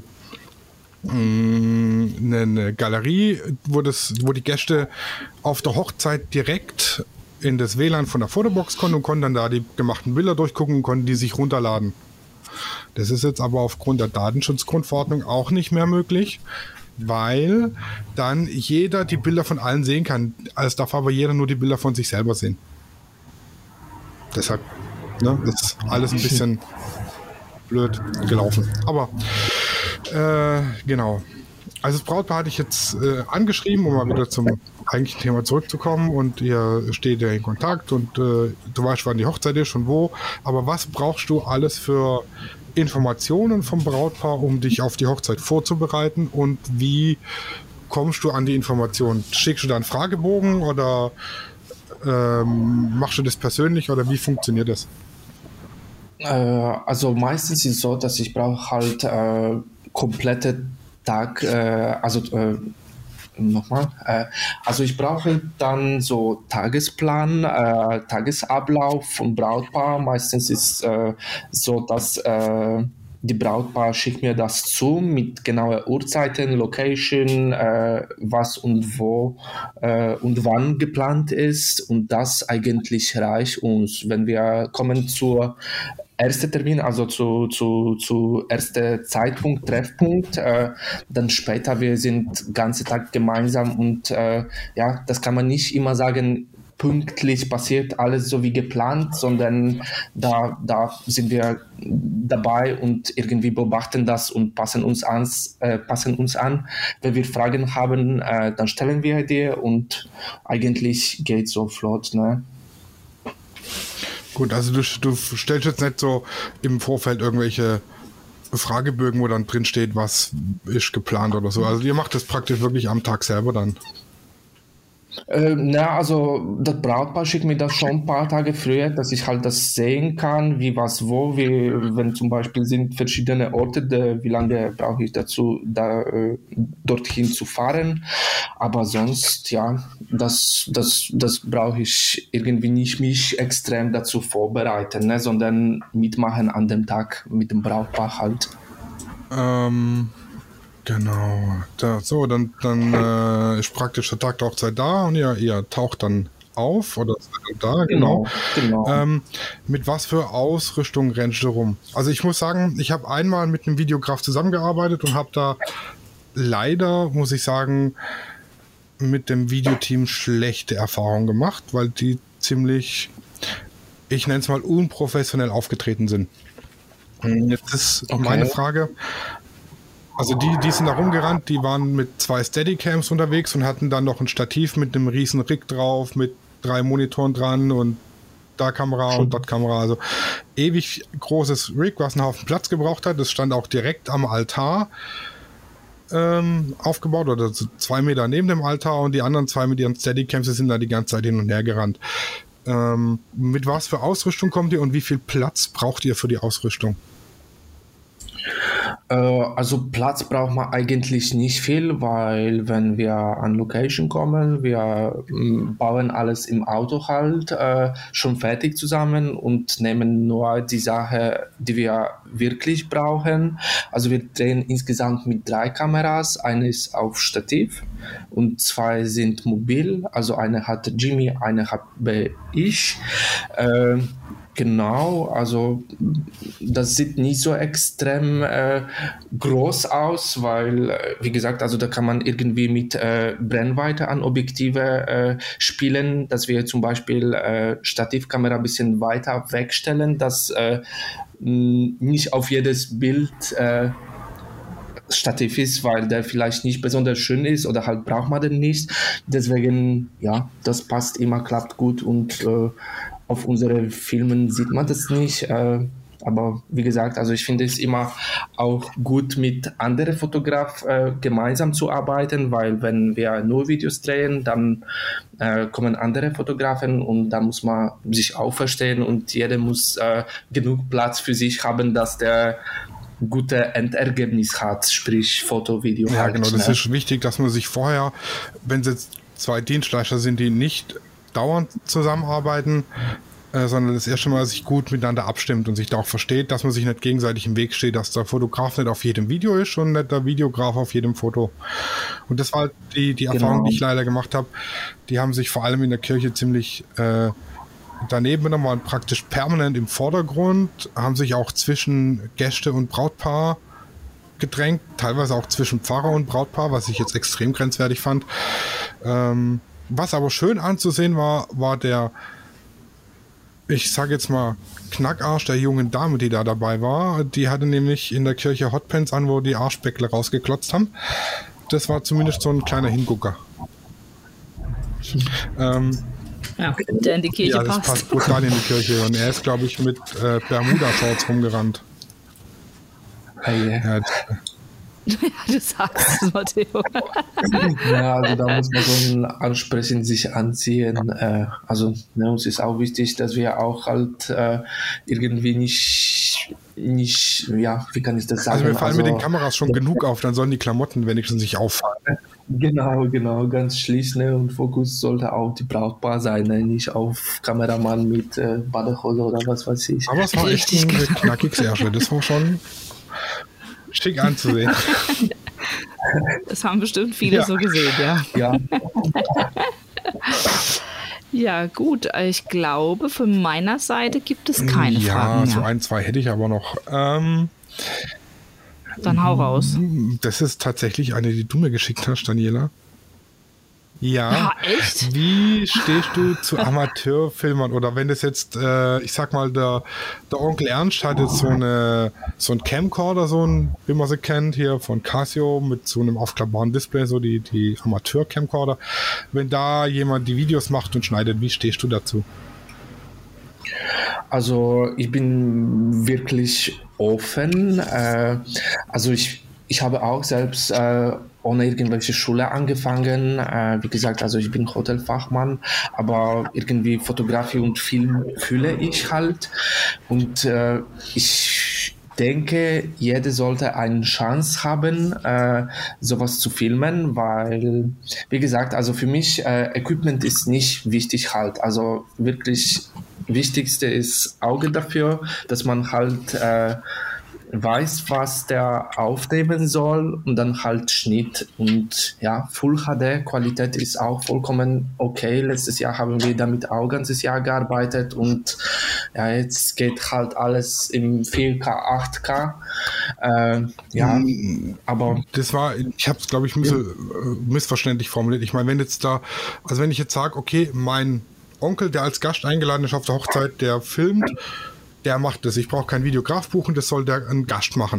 mh, eine, eine Galerie, wo, das, wo die Gäste auf der Hochzeit direkt in das W L A N von der Fotobox konnten und konnten dann da die gemachten Bilder durchgucken und konnten die sich runterladen. Das ist jetzt aber aufgrund der Datenschutzgrundverordnung auch nicht mehr möglich, weil dann jeder die Bilder von allen sehen kann. Es darf aber jeder nur die Bilder von sich selber sehen. Deshalb, ne, ist alles ein bisschen blöd gelaufen. Aber äh, genau. Also das Brautpaar hatte ich jetzt äh, angeschrieben, um mal wieder zum eigentlichen Thema zurückzukommen, und ihr steht ja in Kontakt und äh, du weißt, wann die Hochzeit ist und wo. Aber was brauchst du alles für Informationen vom Brautpaar, um dich auf die Hochzeit vorzubereiten, und wie kommst du an die Informationen? Schickst du da einen Fragebogen oder ähm, machst du das persönlich oder wie funktioniert das? Äh, also meistens ist es so, dass ich brauche halt äh, komplette Tag, äh, also äh, nochmal, äh, also ich brauche dann so Tagesplan, äh, Tagesablauf vom Brautpaar. Meistens ist äh, so, dass äh, die Brautpaar schickt mir das zu mit genauen Uhrzeiten, Location, äh, was und wo äh, und wann geplant ist, und das eigentlich reicht uns. Wenn wir kommen zur erste Termin, also zu, zu, zu erster Zeitpunkt, Treffpunkt, äh, dann später, wir sind ganze Tag gemeinsam, und äh, ja, das kann man nicht immer sagen, pünktlich passiert alles so wie geplant, sondern da, da sind wir dabei und irgendwie beobachten das und passen uns an, äh, passen uns an. Wenn wir Fragen haben, äh, dann stellen wir die, und eigentlich geht so flott, ne? Gut, also du, du stellst jetzt nicht so im Vorfeld irgendwelche Fragebögen, wo dann drin steht, was ist geplant oder so. Also ihr macht das praktisch wirklich am Tag selber dann. Äh, na, also das Brautpaar schickt mir das schon ein paar Tage früher, dass ich halt das sehen kann, wie was wo, wie, wenn zum Beispiel sind verschiedene Orte, de, wie lange brauche ich dazu, da äh, dorthin zu fahren. Aber sonst, ja, das, das, das brauche ich irgendwie nicht mich extrem dazu vorbereiten, ne, sondern mitmachen an dem Tag mit dem Brautpaar halt. Ähm, genau. Da, so, dann, dann äh, ist praktisch der Tag der Hochzeit da und ihr, ihr taucht dann auf oder seid dann da, genau. Genau, genau. Ähm, mit was für Ausrüstung rennst du rum? Also ich muss sagen, ich habe einmal mit einem Videograf zusammengearbeitet und habe da leider, muss ich sagen, mit dem Videoteam schlechte Erfahrungen gemacht, weil die ziemlich, ich nenne es mal, unprofessionell aufgetreten sind. Und jetzt ist Okay. meine Frage, also die, die sind da rumgerannt, die waren mit zwei Steadicams unterwegs und hatten dann noch ein Stativ mit einem riesen Rig drauf, mit drei Monitoren dran und da Kamera und dort Kamera. Also ewig großes Rig, was einen Haufen Platz gebraucht hat. Das stand auch direkt am Altar ähm, aufgebaut, oder so zwei Meter neben dem Altar, und die anderen zwei mit ihren Steadicams, die sind da die ganze Zeit hin und her gerannt. Ähm, mit was für Ausrüstung kommt ihr und wie viel Platz braucht ihr für die Ausrüstung? Also Platz braucht man eigentlich nicht viel, weil wenn wir an Location kommen, wir m, bauen alles im Auto halt äh, schon fertig zusammen und nehmen nur die Sache, die wir wirklich brauchen. Also wir drehen insgesamt mit drei Kameras, eine ist auf Stativ und zwei sind mobil. Also eine hat Jimmy, eine habe ich. Äh, Genau, also das sieht nicht so extrem äh, groß aus, weil, äh, wie gesagt, also da kann man irgendwie mit äh, Brennweite an Objektive äh, spielen, dass wir zum Beispiel äh, Stativkamera ein bisschen weiter wegstellen, dass äh, nicht auf jedes Bild äh, Stativ ist, weil der vielleicht nicht besonders schön ist oder halt braucht man den nicht. Deswegen, ja, das passt immer, klappt gut und äh, auf unseren Filmen sieht man das nicht, äh, aber wie gesagt, also ich finde es immer auch gut, mit anderen Fotografen äh, gemeinsam zu arbeiten, weil wenn wir nur Videos drehen, dann äh, kommen andere Fotografen und da muss man sich auch verstehen und jeder muss äh, genug Platz für sich haben, dass der gute Endergebnis hat, sprich Foto, Video. Ja, halt, genau, das ne? ist wichtig, dass man sich vorher, wenn es jetzt zwei Dienstleister sind, die nicht dauernd zusammenarbeiten, äh, sondern das erste Mal sich gut miteinander abstimmt und sich da auch versteht, dass man sich nicht gegenseitig im Weg steht, dass der Fotograf nicht auf jedem Video ist und nicht der Videograf auf jedem Foto. Und das war halt die, die Erfahrung, Genau. die ich leider gemacht habe. Die haben sich vor allem in der Kirche ziemlich äh, daneben genommen, waren praktisch permanent im Vordergrund, haben sich auch zwischen Gäste und Brautpaar gedrängt, teilweise auch zwischen Pfarrer und Brautpaar, was ich jetzt extrem grenzwertig fand. Ähm, Was aber schön anzusehen war, war der, ich sage jetzt mal, Knackarsch der jungen Dame, die da dabei war. Die hatte nämlich in der Kirche Hotpants an, wo die Arschbäckle rausgeklotzt haben. Das war zumindest so ein kleiner Hingucker. ähm, Ja, der in die Kirche ja, das passt. passt brutal in die Kirche. Und er ist, glaube ich, mit äh, Bermuda-Shorts rumgerannt. Hey, Ja, Ja, du sagst es, Matteo. ja, also da muss man schon ansprechend sich anziehen. Äh, also ne, uns ist auch wichtig, dass wir auch halt äh, irgendwie nicht, nicht, ja, wie kann ich das sagen? also wir fallen also, mit den Kameras schon genug auf, dann sollen die Klamotten wenigstens nicht auffallen. Genau, genau, ganz schlicht, ne? Und Fokus sollte auf die Brautpaar sein, ne? Nicht auf Kameramann mit äh, Badehose oder was weiß ich. Aber es war echt ein knackiges Ärsche. Das war schon schick anzusehen. Das haben bestimmt viele Ja. so gesehen, ja. Ja, Ja, gut. Ich glaube, von meiner Seite gibt es keine ja, Fragen so mehr. ein, zwei hätte ich aber noch. Ähm, Dann hau raus. das ist tatsächlich eine, die du mir geschickt hast, Daniela. Ja. Ja, echt? Wie stehst du zu Amateurfilmern? Oder wenn das jetzt, äh, ich sag mal, der, der Onkel Ernst hat jetzt so, eine, so ein Camcorder, so ein, wie man sie kennt, hier von Casio mit so einem aufklappbaren Display, so die, die Amateur-Camcorder. Wenn da jemand die Videos macht und schneidet, wie stehst du dazu? also ich bin wirklich offen. Äh, also ich, ich habe auch selbst äh, ohne irgendwelche Schule angefangen. Äh, wie gesagt, also ich bin Hotelfachmann, aber irgendwie Fotografie und Film fühle ich halt. Und äh, ich denke, jeder sollte eine Chance haben, äh, sowas zu filmen, weil, wie gesagt, also für mich, äh, Equipment ist nicht wichtig halt. Also wirklich Wichtigste ist Auge dafür, dass man halt äh, weiß, was der aufnehmen soll und dann halt Schnitt. Und ja, Full H D Qualität ist auch vollkommen okay. Letztes Jahr haben wir damit auch ganzes Jahr gearbeitet und ja, jetzt geht halt alles im vier K, acht K. Äh, ja, aber Das war, ich habe es, glaube ich, miss, äh, missverständlich formuliert. Ich meine, wenn jetzt da, also wenn ich jetzt sage, okay, mein Onkel, der als Gast eingeladen ist auf der Hochzeit, der filmt, der macht das. Ich brauche keinen Videograf buchen, das soll der ein Gast machen.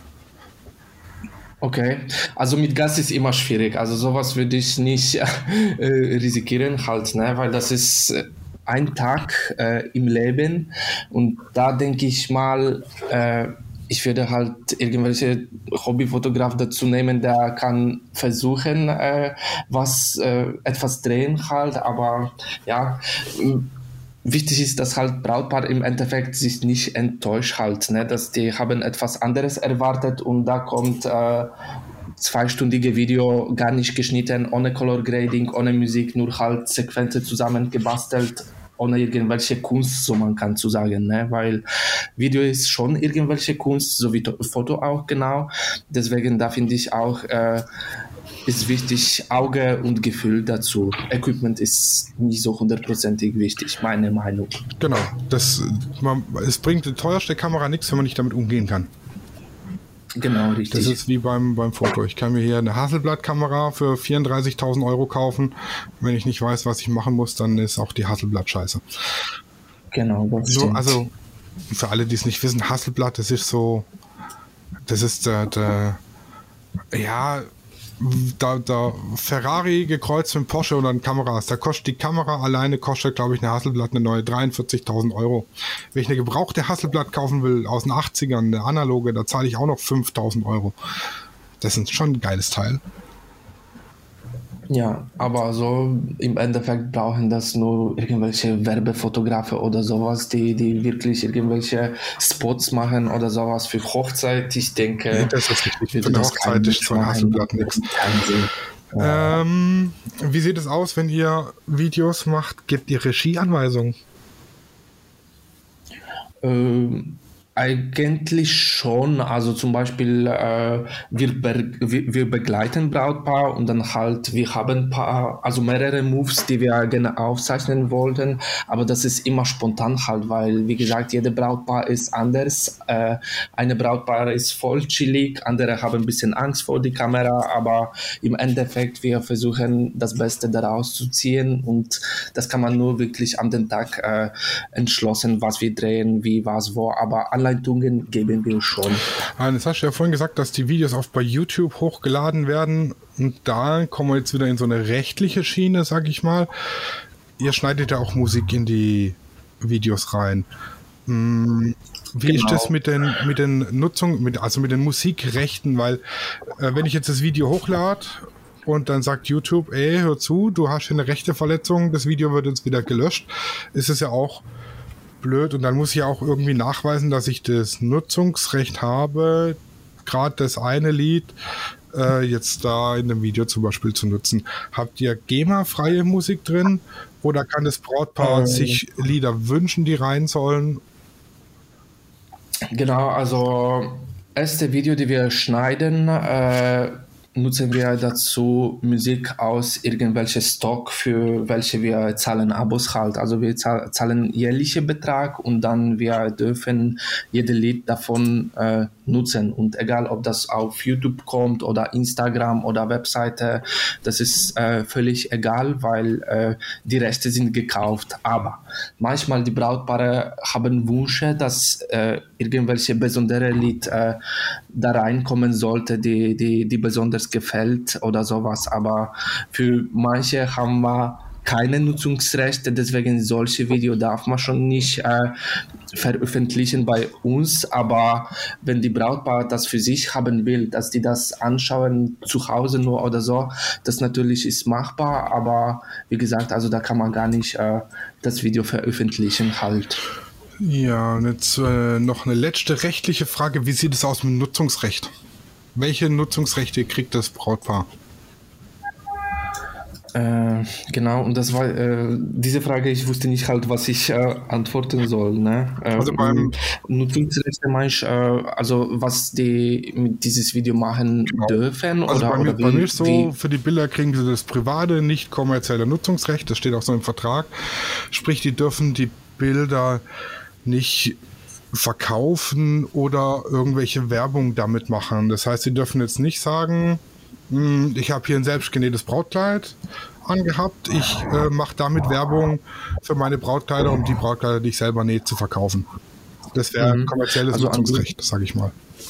okay, also mit Gas ist immer schwierig. Also sowas würde ich nicht äh, riskieren halt, ne? Weil das ist ein Tag äh, im Leben und da denke ich mal, äh, ich würde halt irgendwelche Hobbyfotograf dazu nehmen, der kann versuchen, äh, was, äh, etwas drehen halt, aber ja, wichtig ist, dass halt Brautpaar im Endeffekt sich nicht enttäuscht halt, ne? Dass die haben etwas anderes erwartet und da kommt äh, zweistündige Video, gar nicht geschnitten, ohne Color Grading, ohne Musik, nur halt Sequenzen zusammengebastelt, ohne irgendwelche Kunst, so man kann zu sagen, ne? Weil Video ist schon irgendwelche Kunst, so wie Foto auch genau. Deswegen da finde ich auch äh, ist wichtig Auge und Gefühl dazu. Equipment ist nicht so hundertprozentig wichtig, meine Meinung. Genau, das, man, es bringt die teuerste Kamera nichts, wenn man nicht damit umgehen kann. Genau, richtig. Das ist wie beim, beim Foto. Ich kann mir hier eine Hasselblad-Kamera für vierunddreißigtausend Euro kaufen. Wenn ich nicht weiß, was ich machen muss, dann ist auch die Hasselblad scheiße. Genau, das so, stimmt. Also, für alle, die es nicht wissen, Hasselblad, das ist so, das ist der, der ja, da, da Ferrari gekreuzt mit Porsche oder ein Kameras. Da kostet die Kamera alleine, kostet, glaube ich, eine Hasselblad, eine neue dreiundvierzigtausend Euro. Wenn ich eine gebrauchte Hasselblad kaufen will, aus den achtzigern, eine analoge, da zahle ich auch noch fünftausend Euro. Das ist schon ein geiles Teil. Ja, aber so im Endeffekt brauchen das nur irgendwelche Werbefotografen oder sowas, die, die wirklich irgendwelche Spots machen oder sowas für Hochzeit. Ich denke, ja, das ist richtig. Für die Hochzeit ist so ein Hasselblad nichts. Ja. Ähm, wie sieht es aus, wenn ihr Videos macht? Gebt ihr Regieanweisungen? Ähm, Eigentlich schon, also zum Beispiel äh, wir, be wir, wir begleiten Brautpaar und dann halt, wir haben ein paar, also mehrere Moves, die wir gerne aufzeichnen wollten, aber das ist immer spontan halt, weil wie gesagt, jede Brautpaar ist anders, äh, eine Brautpaar ist voll chillig, andere haben ein bisschen Angst vor die Kamera, aber im Endeffekt, wir versuchen das Beste daraus zu ziehen und das kann man nur wirklich an den Tag äh, entschlossen, was wir drehen, wie, was, wo, aber Anleitungen geben wir schon. Das hast du ja vorhin gesagt, dass die Videos oft bei YouTube hochgeladen werden und da kommen wir jetzt wieder in so eine rechtliche Schiene, sag ich mal. Ihr schneidet ja auch Musik in die Videos rein. Wie genau. ist das mit den, mit den Nutzung, mit, also mit den Musikrechten? Weil äh, wenn ich jetzt das Video hochlade und dann sagt YouTube, ey, hör zu, du hast hier eine Rechteverletzung, das Video wird jetzt wieder gelöscht, ist es ja auch blöd und dann muss ich auch irgendwie nachweisen, dass ich das Nutzungsrecht habe, gerade das eine Lied äh, jetzt da in dem Video zum Beispiel zu nutzen. Habt ihr GEMA-freie Musik drin oder kann das Brautpaar ähm. sich Lieder wünschen, die rein sollen? Genau, also erste Video, die wir schneiden, äh, nutzen wir dazu Musik aus irgendwelchen Stock, für welche wir zahlen Abos halt. Also wir zahlen jährlichen Betrag und dann wir dürfen jedes Lied davon äh, nutzen. Und egal, ob das auf YouTube kommt oder Instagram oder Webseite, das ist äh, völlig egal, weil äh, die Rechte sind gekauft. Aber manchmal die Brautpaare haben Wünsche, dass äh, irgendwelche besondere Lied äh, da reinkommen sollte, die, die, die besonders gefällt oder sowas, aber für manche haben wir keine Nutzungsrechte, deswegen solche Videos darf man schon nicht äh, veröffentlichen bei uns, aber wenn die Brautpaar das für sich haben will, dass die das anschauen zu Hause nur oder so, das natürlich ist machbar, aber wie gesagt, also da kann man gar nicht äh, das Video veröffentlichen halt. Ja, und jetzt äh, noch eine letzte rechtliche Frage. Wie sieht es aus mit Nutzungsrecht? Welche Nutzungsrechte kriegt das Brautpaar? Äh, genau, und das war äh, diese Frage, ich wusste nicht halt, was ich äh, antworten soll. Ne? Äh, also beim Nutzungsrechte meinst, äh, also was die mit dieses Video machen genau. dürfen? Also oder, bei, mir, oder wie, bei mir ist so, wie? für die Bilder kriegen sie das private, nicht kommerzielle Nutzungsrecht, das steht auch so im Vertrag. Sprich, die dürfen die Bilder nicht verkaufen oder irgendwelche Werbung damit machen. Das heißt, sie dürfen jetzt nicht sagen, ich habe hier ein selbstgenähtes Brautkleid angehabt, ich äh, mache damit Werbung für meine Brautkleider, um die Brautkleider, die ich selber nähe, zu verkaufen. Das wäre mhm. kommerzielles also Nutzungsrecht, sage ich mal.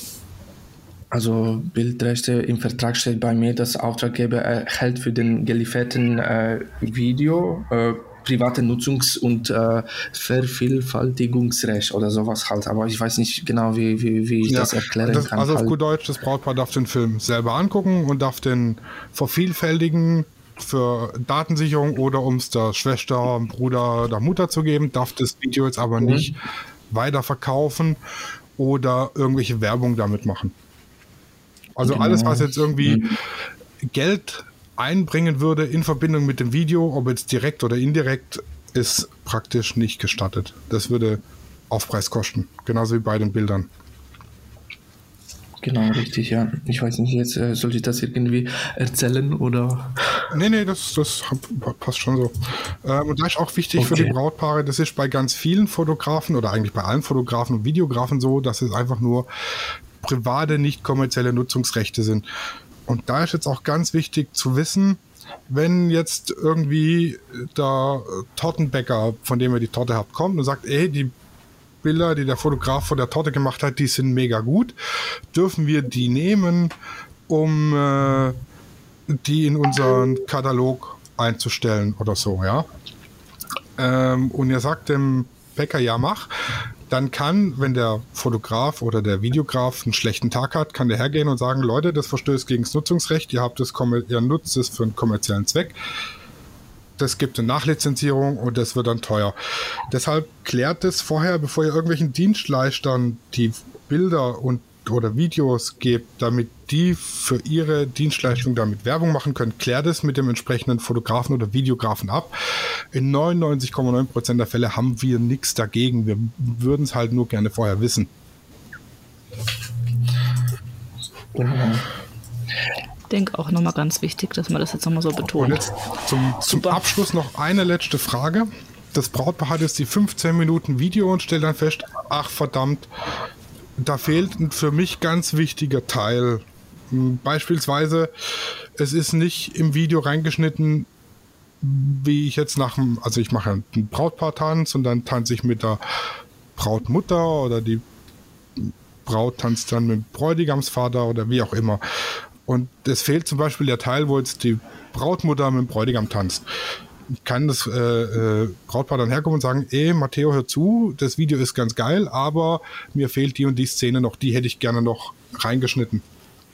Also Bildrechte im Vertrag steht bei mir, dass Auftraggeber erhält für den gelieferten äh, Video äh, private Nutzungs- und äh, Vervielfältigungsrecht oder sowas halt, aber ich weiß nicht genau, wie, wie, wie ich ja, das erklären das, kann. Also halt. auf gut Deutsch, das Brautpaar darf den Film selber angucken und darf den vervielfältigen, für Datensicherung oder um es der Schwester, Bruder oder Mutter zu geben, darf das Video jetzt aber mhm. nicht weiterverkaufen oder irgendwelche Werbung damit machen. Also genau. alles, was jetzt irgendwie mhm. Geld einbringen würde in Verbindung mit dem Video, ob jetzt direkt oder indirekt, ist praktisch nicht gestattet. Das würde Aufpreis kosten, genauso wie bei den Bildern. Genau, richtig, ja. Ich weiß nicht, jetzt äh, soll ich das irgendwie erzählen oder? Nee, nee, das, das passt schon so. Ähm, und da ist auch wichtig okay. für die Brautpaare, das ist bei ganz vielen Fotografen oder eigentlich bei allen Fotografen und Videografen so, dass es einfach nur private, nicht kommerzielle Nutzungsrechte sind. Und da ist jetzt auch ganz wichtig zu wissen, wenn jetzt irgendwie der Tortenbäcker, von dem ihr die Torte habt, kommt und sagt, ey, die Bilder, die der Fotograf von der Torte gemacht hat, die sind mega gut, dürfen wir die nehmen, um äh, die in unseren Katalog einzustellen oder so, ja. Ähm, und ihr sagt dem Bäcker, ja, mach, dann kann, wenn der Fotograf oder der Videograf einen schlechten Tag hat, kann der hergehen und sagen, Leute, das verstößt gegen das Nutzungsrecht, ihr habt das, ihr nutzt es für einen kommerziellen Zweck. Das gibt eine Nachlizenzierung und das wird dann teuer. Deshalb klärt es vorher, bevor ihr irgendwelchen Dienstleistern die Bilder und oder Videos gebt, damit die für ihre Dienstleistung damit Werbung machen können, klärt es mit dem entsprechenden Fotografen oder Videografen ab. In neunundneunzig Komma neun Prozent der Fälle haben wir nichts dagegen. Wir würden es halt nur gerne vorher wissen. Genau. Ich denke auch nochmal ganz wichtig, dass man das jetzt nochmal so betont. Und jetzt zum, zum Abschluss noch eine letzte Frage. Das Brautpaar hat jetzt die fünfzehn Minuten Video und stellt dann fest, ach verdammt, da fehlt ein für mich ganz wichtiger Teil. Beispielsweise, es ist nicht im Video reingeschnitten, wie ich jetzt nach dem, also ich mache einen Brautpaar-Tanz und dann tanze ich mit der Brautmutter oder die Braut tanzt dann mit dem Bräutigamsvater oder wie auch immer. Und es fehlt zum Beispiel der Teil, wo jetzt die Brautmutter mit dem Bräutigam tanzt. Ich kann das äh, äh, Brautpaar dann herkommen und sagen, ey, Matteo, hör zu, das Video ist ganz geil, aber mir fehlt die und die Szene noch, die hätte ich gerne noch reingeschnitten.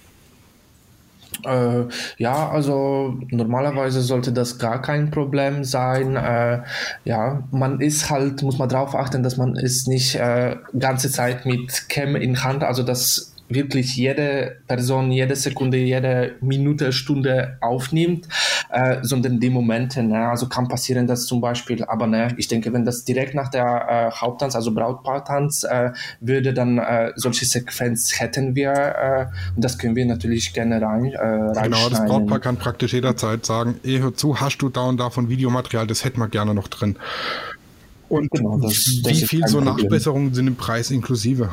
Äh, ja, also normalerweise sollte das gar kein Problem sein. Äh, ja, man ist halt, muss man darauf achten, dass man es nicht äh, ganze Zeit mit Cam in Hand, also das wirklich jede Person, jede Sekunde, jede Minute, Stunde aufnimmt, äh, sondern die Momente, ne? Also kann passieren, dass zum Beispiel, aber ne, ich denke, wenn das direkt nach der äh, Haupttanz, also Brautpaartanz, äh, würde, dann äh, solche Sequenz hätten wir äh, und das können wir natürlich gerne rein äh, reinschneiden. Genau, das Brautpaar kann praktisch jederzeit sagen, ey, hör zu, hast du da und da von Videomaterial, das hätten wir gerne noch drin. Und genau, das, das wie viel so Problem. Nachbesserungen sind im Preis inklusive?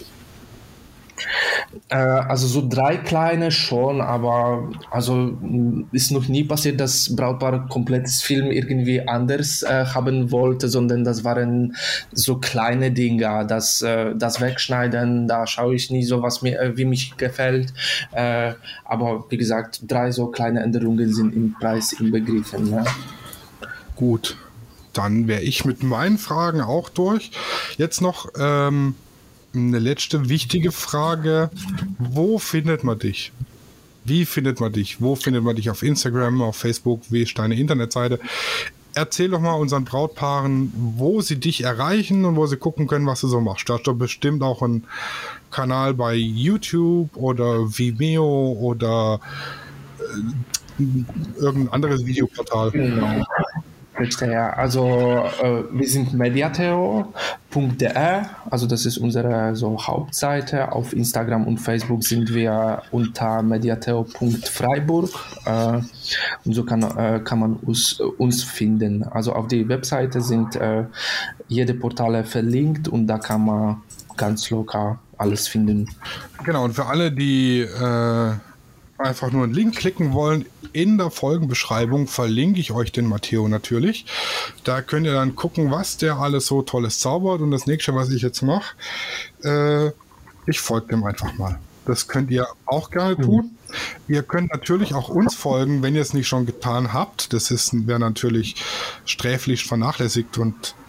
Also so drei kleine schon, aber also ist noch nie passiert, dass Brautpaar komplettes Film irgendwie anders äh, haben wollte, sondern das waren so kleine Dinge, das, äh, das Wegschneiden, da schaue ich nie so, was mir, äh, wie mich gefällt, äh, aber wie gesagt, drei so kleine Änderungen sind im Preis inbegriffen. Ja. Gut, dann wäre ich mit meinen Fragen auch durch. Jetzt noch ähm eine letzte wichtige Frage. Wo findet man dich? Wie findet man dich? Wo findet man dich auf Instagram, auf Facebook? Wie ist deine Internetseite? Erzähl doch mal unseren Brautpaaren, wo sie dich erreichen und wo sie gucken können, was du so machst. Du hast doch bestimmt auch einen Kanal bei YouTube oder Vimeo oder äh, irgendein anderes Videoportal. Genau. Ja, also äh, wir sind mediateo punkt de, also das ist unsere so Hauptseite. Auf Instagram und Facebook sind wir unter mediateo punkt freiburg äh, und so kann, äh, kann man uns, uns finden. Also auf die Webseite sind äh, jede Portale verlinkt und da kann man ganz locker alles finden. Genau, und für alle, die äh einfach nur einen Link klicken wollen, in der Folgenbeschreibung verlinke ich euch den Matteo natürlich. Da könnt ihr dann gucken, was der alles so Tolles zaubert. Und das nächste, was ich jetzt mache, äh, ich folge dem einfach mal. Das könnt ihr auch gerne tun. Mhm. Ihr könnt natürlich auch uns folgen, wenn ihr es nicht schon getan habt. Das ist wäre natürlich sträflich vernachlässigt und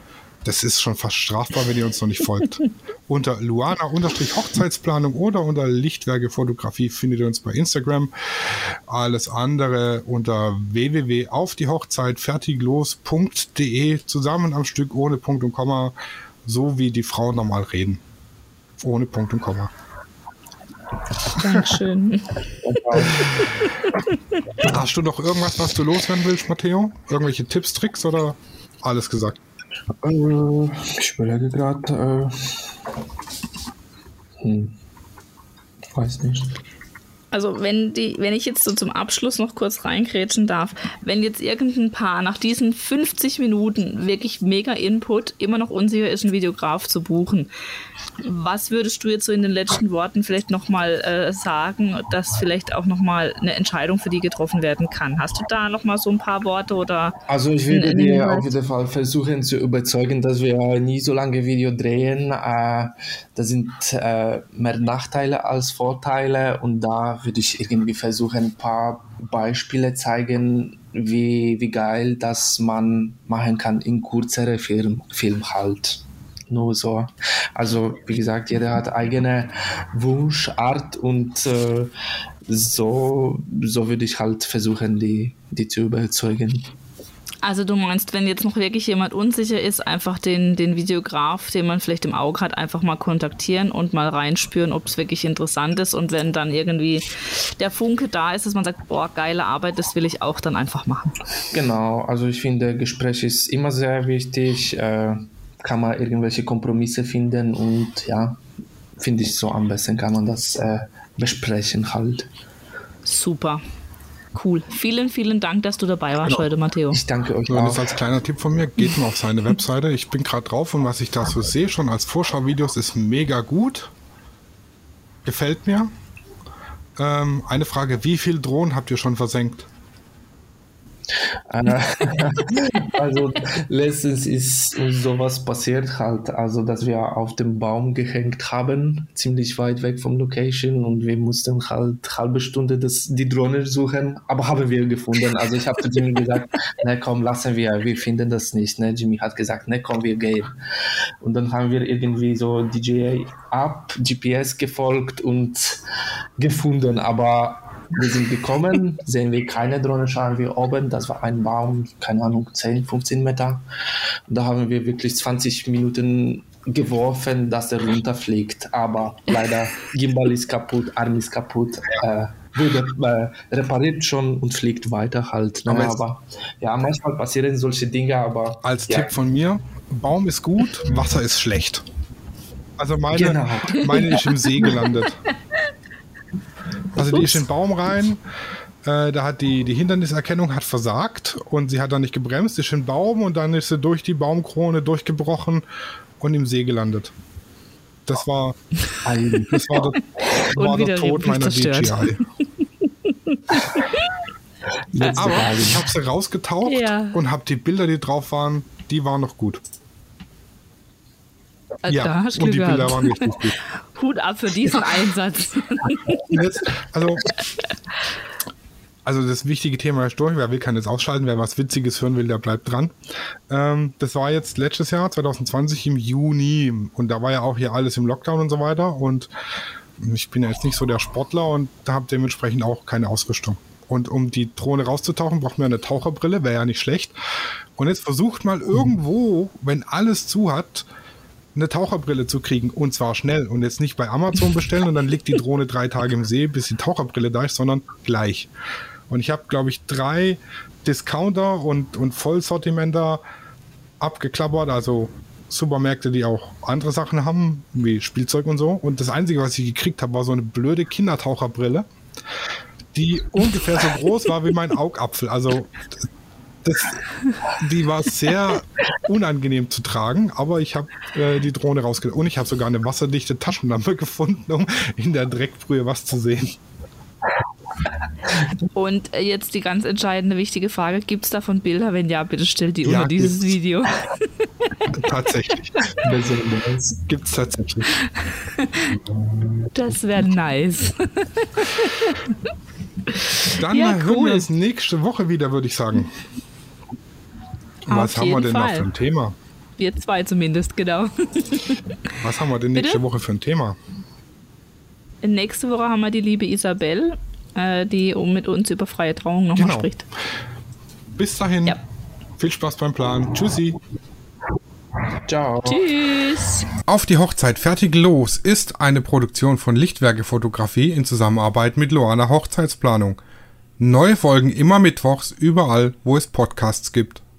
Das ist schon fast strafbar, wenn ihr uns noch nicht folgt. Unter Luana-Hochzeitsplanung oder unter Lichtwerke Fotografie findet ihr uns bei Instagram. Alles andere unter w w w punkt auf die Hochzeit fertiglos punkt d e, zusammen am Stück, ohne Punkt und Komma, so wie die Frauen normal reden. Ohne Punkt und Komma. Dankeschön. Hast du noch irgendwas, was du loswerden willst, Matteo? Irgendwelche Tipps, Tricks oder alles gesagt? Äh, ich überlege gerade. Äh, hm. Weiß nicht. Also wenn die, wenn ich jetzt so zum Abschluss noch kurz reingrätschen darf, wenn jetzt irgendein Paar nach diesen fünfzig Minuten wirklich mega Input immer noch unsicher ist, einen Videograf zu buchen, was würdest du jetzt so in den letzten Worten vielleicht nochmal äh, sagen, dass vielleicht auch nochmal eine Entscheidung für die getroffen werden kann? Hast du da nochmal so ein paar Worte oder? Also ich würde dir auf jeden Fall versuchen zu überzeugen, dass wir nie so lange Video drehen. Äh, da sind äh, mehr Nachteile als Vorteile und da würde ich irgendwie versuchen, ein paar Beispiele zeigen, wie, wie geil das man machen kann in kürzere Film, Film halt. Nur so. Also wie gesagt, jeder hat eigene Wunschart und äh, so, so würde ich halt versuchen, die, die zu überzeugen. Also du meinst, wenn jetzt noch wirklich jemand unsicher ist, einfach den, den Videograf, den man vielleicht im Auge hat, einfach mal kontaktieren und mal reinspüren, ob es wirklich interessant ist. Und wenn dann irgendwie der Funke da ist, dass man sagt, boah, geile Arbeit, das will ich auch dann einfach machen. Genau, also ich finde, Gespräch ist immer sehr wichtig. Äh, kann man irgendwelche Kompromisse finden und ja, finde ich so am besten kann man das äh, besprechen halt. Super. Cool. Vielen, vielen Dank, dass du dabei warst genau. heute, Matteo. Ich danke euch auch. auch. Das als kleiner Tipp von mir, geht mal auf seine Webseite. Ich bin gerade drauf und was ich da so sehe, schon als Vorschauvideos, ist mega gut. Gefällt mir. Ähm, eine Frage, wie viel Drohnen habt ihr schon versenkt? Also letztens ist uns sowas passiert halt, also dass wir auf dem Baum gehängt haben, ziemlich weit weg vom Location und wir mussten halt eine halbe Stunde das, die Drohne suchen, aber haben wir gefunden. Also ich habe zu Jimmy gesagt, ne komm, lassen wir, wir finden das nicht. Ne? Jimmy hat gesagt, ne komm, wir gehen. Und dann haben wir irgendwie so D J A-App, G P S gefolgt und gefunden, aber wir sind gekommen, sehen wir keine Drohne, schauen wir oben, das war ein Baum, keine Ahnung, zehn, fünfzehn Meter. Und da haben wir wirklich zwanzig Minuten geworfen, dass er runterfliegt. Aber leider, Gimbal ist kaputt, Arm ist kaputt, äh, wurde äh, repariert schon und fliegt weiter halt. Ne? Aber, aber ja, manchmal passieren solche Dinge, aber... Als ja. Tipp von mir, Baum ist gut, Wasser ist schlecht. Also meine, genau. meine ist im See gelandet. Also die ist in den Baum rein, äh, da hat die, die Hinderniserkennung hat versagt und sie hat dann nicht gebremst, ist in den Baum und dann ist sie durch die Baumkrone durchgebrochen und im See gelandet. Das war, das war der, war der Tod meiner D J I. Aber ich habe sie rausgetaucht ja. und habe die Bilder, die drauf waren, die waren noch gut. Also ja, und die gehabt. Bilder waren richtig gut. Hut ab für diesen Einsatz. Jetzt, also, also das wichtige Thema ist durch. Wer will, kann jetzt ausschalten. Wer was Witziges hören will, der bleibt dran. Ähm, das war jetzt letztes Jahr, zwanzig zwanzig im Juni. Und da war ja auch hier alles im Lockdown und so weiter. Und ich bin ja jetzt nicht so der Sportler und da habe dementsprechend auch keine Ausrüstung. Und um die Drohne rauszutauchen, braucht man eine Taucherbrille. Wäre ja nicht schlecht. Und jetzt versucht mal irgendwo, wenn alles zu hat, eine Taucherbrille zu kriegen und zwar schnell und jetzt nicht bei Amazon bestellen und dann liegt die Drohne drei Tage im See, bis die Taucherbrille da ist, sondern gleich. Und ich habe, glaube ich, drei Discounter und, und Vollsortimenter abgeklappert, also Supermärkte, die auch andere Sachen haben, wie Spielzeug und so. Und das Einzige, was ich gekriegt habe, war so eine blöde Kindertaucherbrille, die ungefähr so groß war wie mein Augapfel. Also Das, die war sehr unangenehm zu tragen, aber ich habe äh, die Drohne rausgeholt. Und ich habe sogar eine wasserdichte Taschenlampe gefunden, um in der Dreckbrühe was zu sehen. Und äh, jetzt die ganz entscheidende, wichtige Frage. Gibt es davon Bilder? Wenn ja, bitte stell die ja, unter dieses gibt's. Video. Tatsächlich. Gibt es tatsächlich. Das wäre nice. Dann ja, hören cool. wir uns nächste Woche wieder, würde ich sagen. Auf Was haben wir denn Fall. noch für ein Thema? Wir zwei zumindest, genau. Was haben wir denn nächste Bitte? Woche für ein Thema? Nächste Woche haben wir die liebe Isabel, äh, die mit uns über freie Trauung nochmal Genau. spricht. Bis dahin. Ja. Viel Spaß beim Planen. Tschüssi. Ciao. Tschüss. Auf die Hochzeit fertig los ist eine Produktion von Lichtwerke Fotografie in Zusammenarbeit mit Loana Hochzeitsplanung. Neue Folgen immer mittwochs überall, wo es Podcasts gibt.